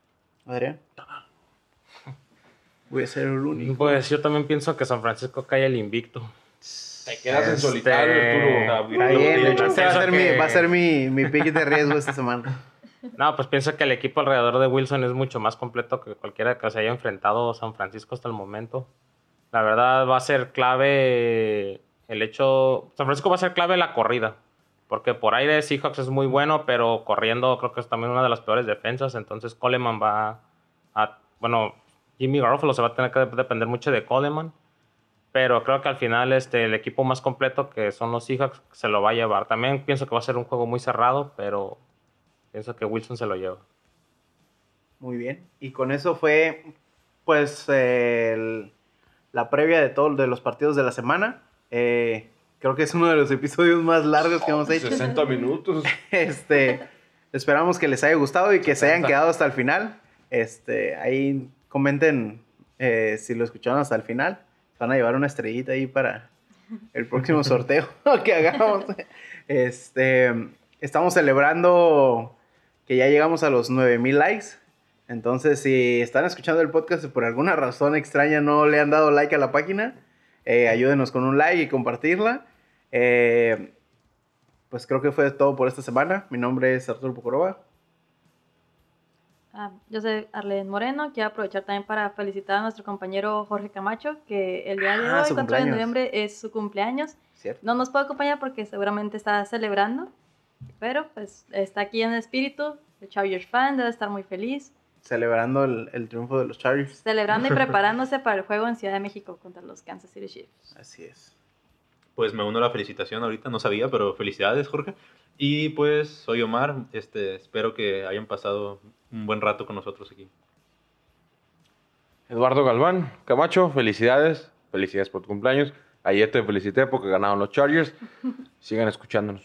Adrián. Voy a ser el único. Pues yo también pienso que San Francisco cae el invicto. Te quedas en Este- solitario, Arturo. Está bien, Yo este va a pienso ser, mi, que- va a ser mi, mi pick de riesgo esta semana. No, pues pienso que el equipo alrededor de Wilson es mucho más completo que cualquiera que se haya enfrentado San Francisco hasta el momento. La verdad va a ser clave el hecho... San Francisco va a ser clave la corrida. Porque por aire Seahawks es muy bueno, pero corriendo creo que es también una de las peores defensas. Entonces Coleman va a... Bueno, Jimmy Garoppolo se va a tener que depender mucho de Coleman. Pero creo que al final este, el equipo más completo, que son los Seahawks, se lo va a llevar. También pienso que va a ser un juego muy cerrado, pero pienso que Wilson se lo lleva. Muy bien. Y con eso fue, pues, el- la previa de todos de los partidos de la semana. Eh, creo que es uno de los episodios más largos que hemos hecho. sesenta minutos. Este, esperamos que les haya gustado y que se hayan sesenta. quedado hasta el final. Este, ahí comenten eh, si lo escucharon hasta el final. Van a llevar una estrellita ahí para el próximo sorteo que hagamos. Este, estamos celebrando que ya llegamos a los nueve mil likes. Entonces, si están escuchando el podcast y por alguna razón extraña no le han dado like a la página, eh, ayúdenos con un like y compartirla. Eh, pues creo que fue todo por esta semana. Mi nombre es Arturo Pocoroba. Ah, yo soy Arlen Moreno. Quiero aprovechar también para felicitar a nuestro compañero Jorge Camacho, que el día de Ah, hoy, su cuatro de cumpleaños. noviembre, es su cumpleaños. ¿Cierto? No nos puede acompañar porque seguramente está celebrando, pero pues está aquí en espíritu. El Chargers fan debe estar muy feliz, Celebrando el, el triunfo de los Chargers. celebrando y preparándose para el juego en Ciudad de México contra los Kansas City Chiefs. Así es. Pues me uno a la felicitación ahorita, no sabía, pero felicidades, Jorge. Y pues soy Omar, este, espero que hayan pasado un buen rato con nosotros aquí. Eduardo Galván, Camacho, felicidades. Felicidades por tu cumpleaños. Ayer te felicité porque ganaron los Chargers. Sigan escuchándonos.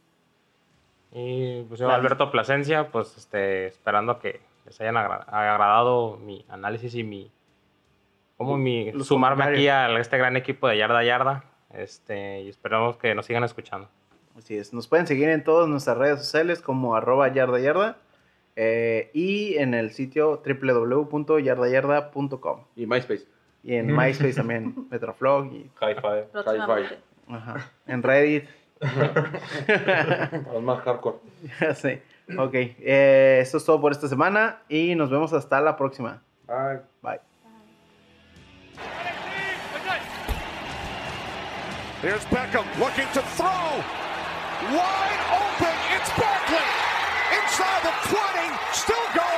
Y pues yo, Alberto Plasencia, pues este, esperando que les hayan agra- agradado mi análisis y mi... Como mi Los sumarme aquí comentarios. a este gran equipo de Yarda a Yarda. Este, y esperamos que nos sigan escuchando. Así es. Nos pueden seguir en todas nuestras redes sociales como arroba yarda yarda eh, y en el sitio doble u doble u doble u punto yarda yarda punto com Y MySpace. y en MySpace también, Metroflog y High five. Próximamente. ajá, en Reddit. Para los más hardcore. Sí. Ok. Eh, esto es todo por esta semana y nos vemos hasta la próxima. Bye. Bye. Here's Beckham looking to throw. Wide open. It's Barkley. Inside the twenty. Still going.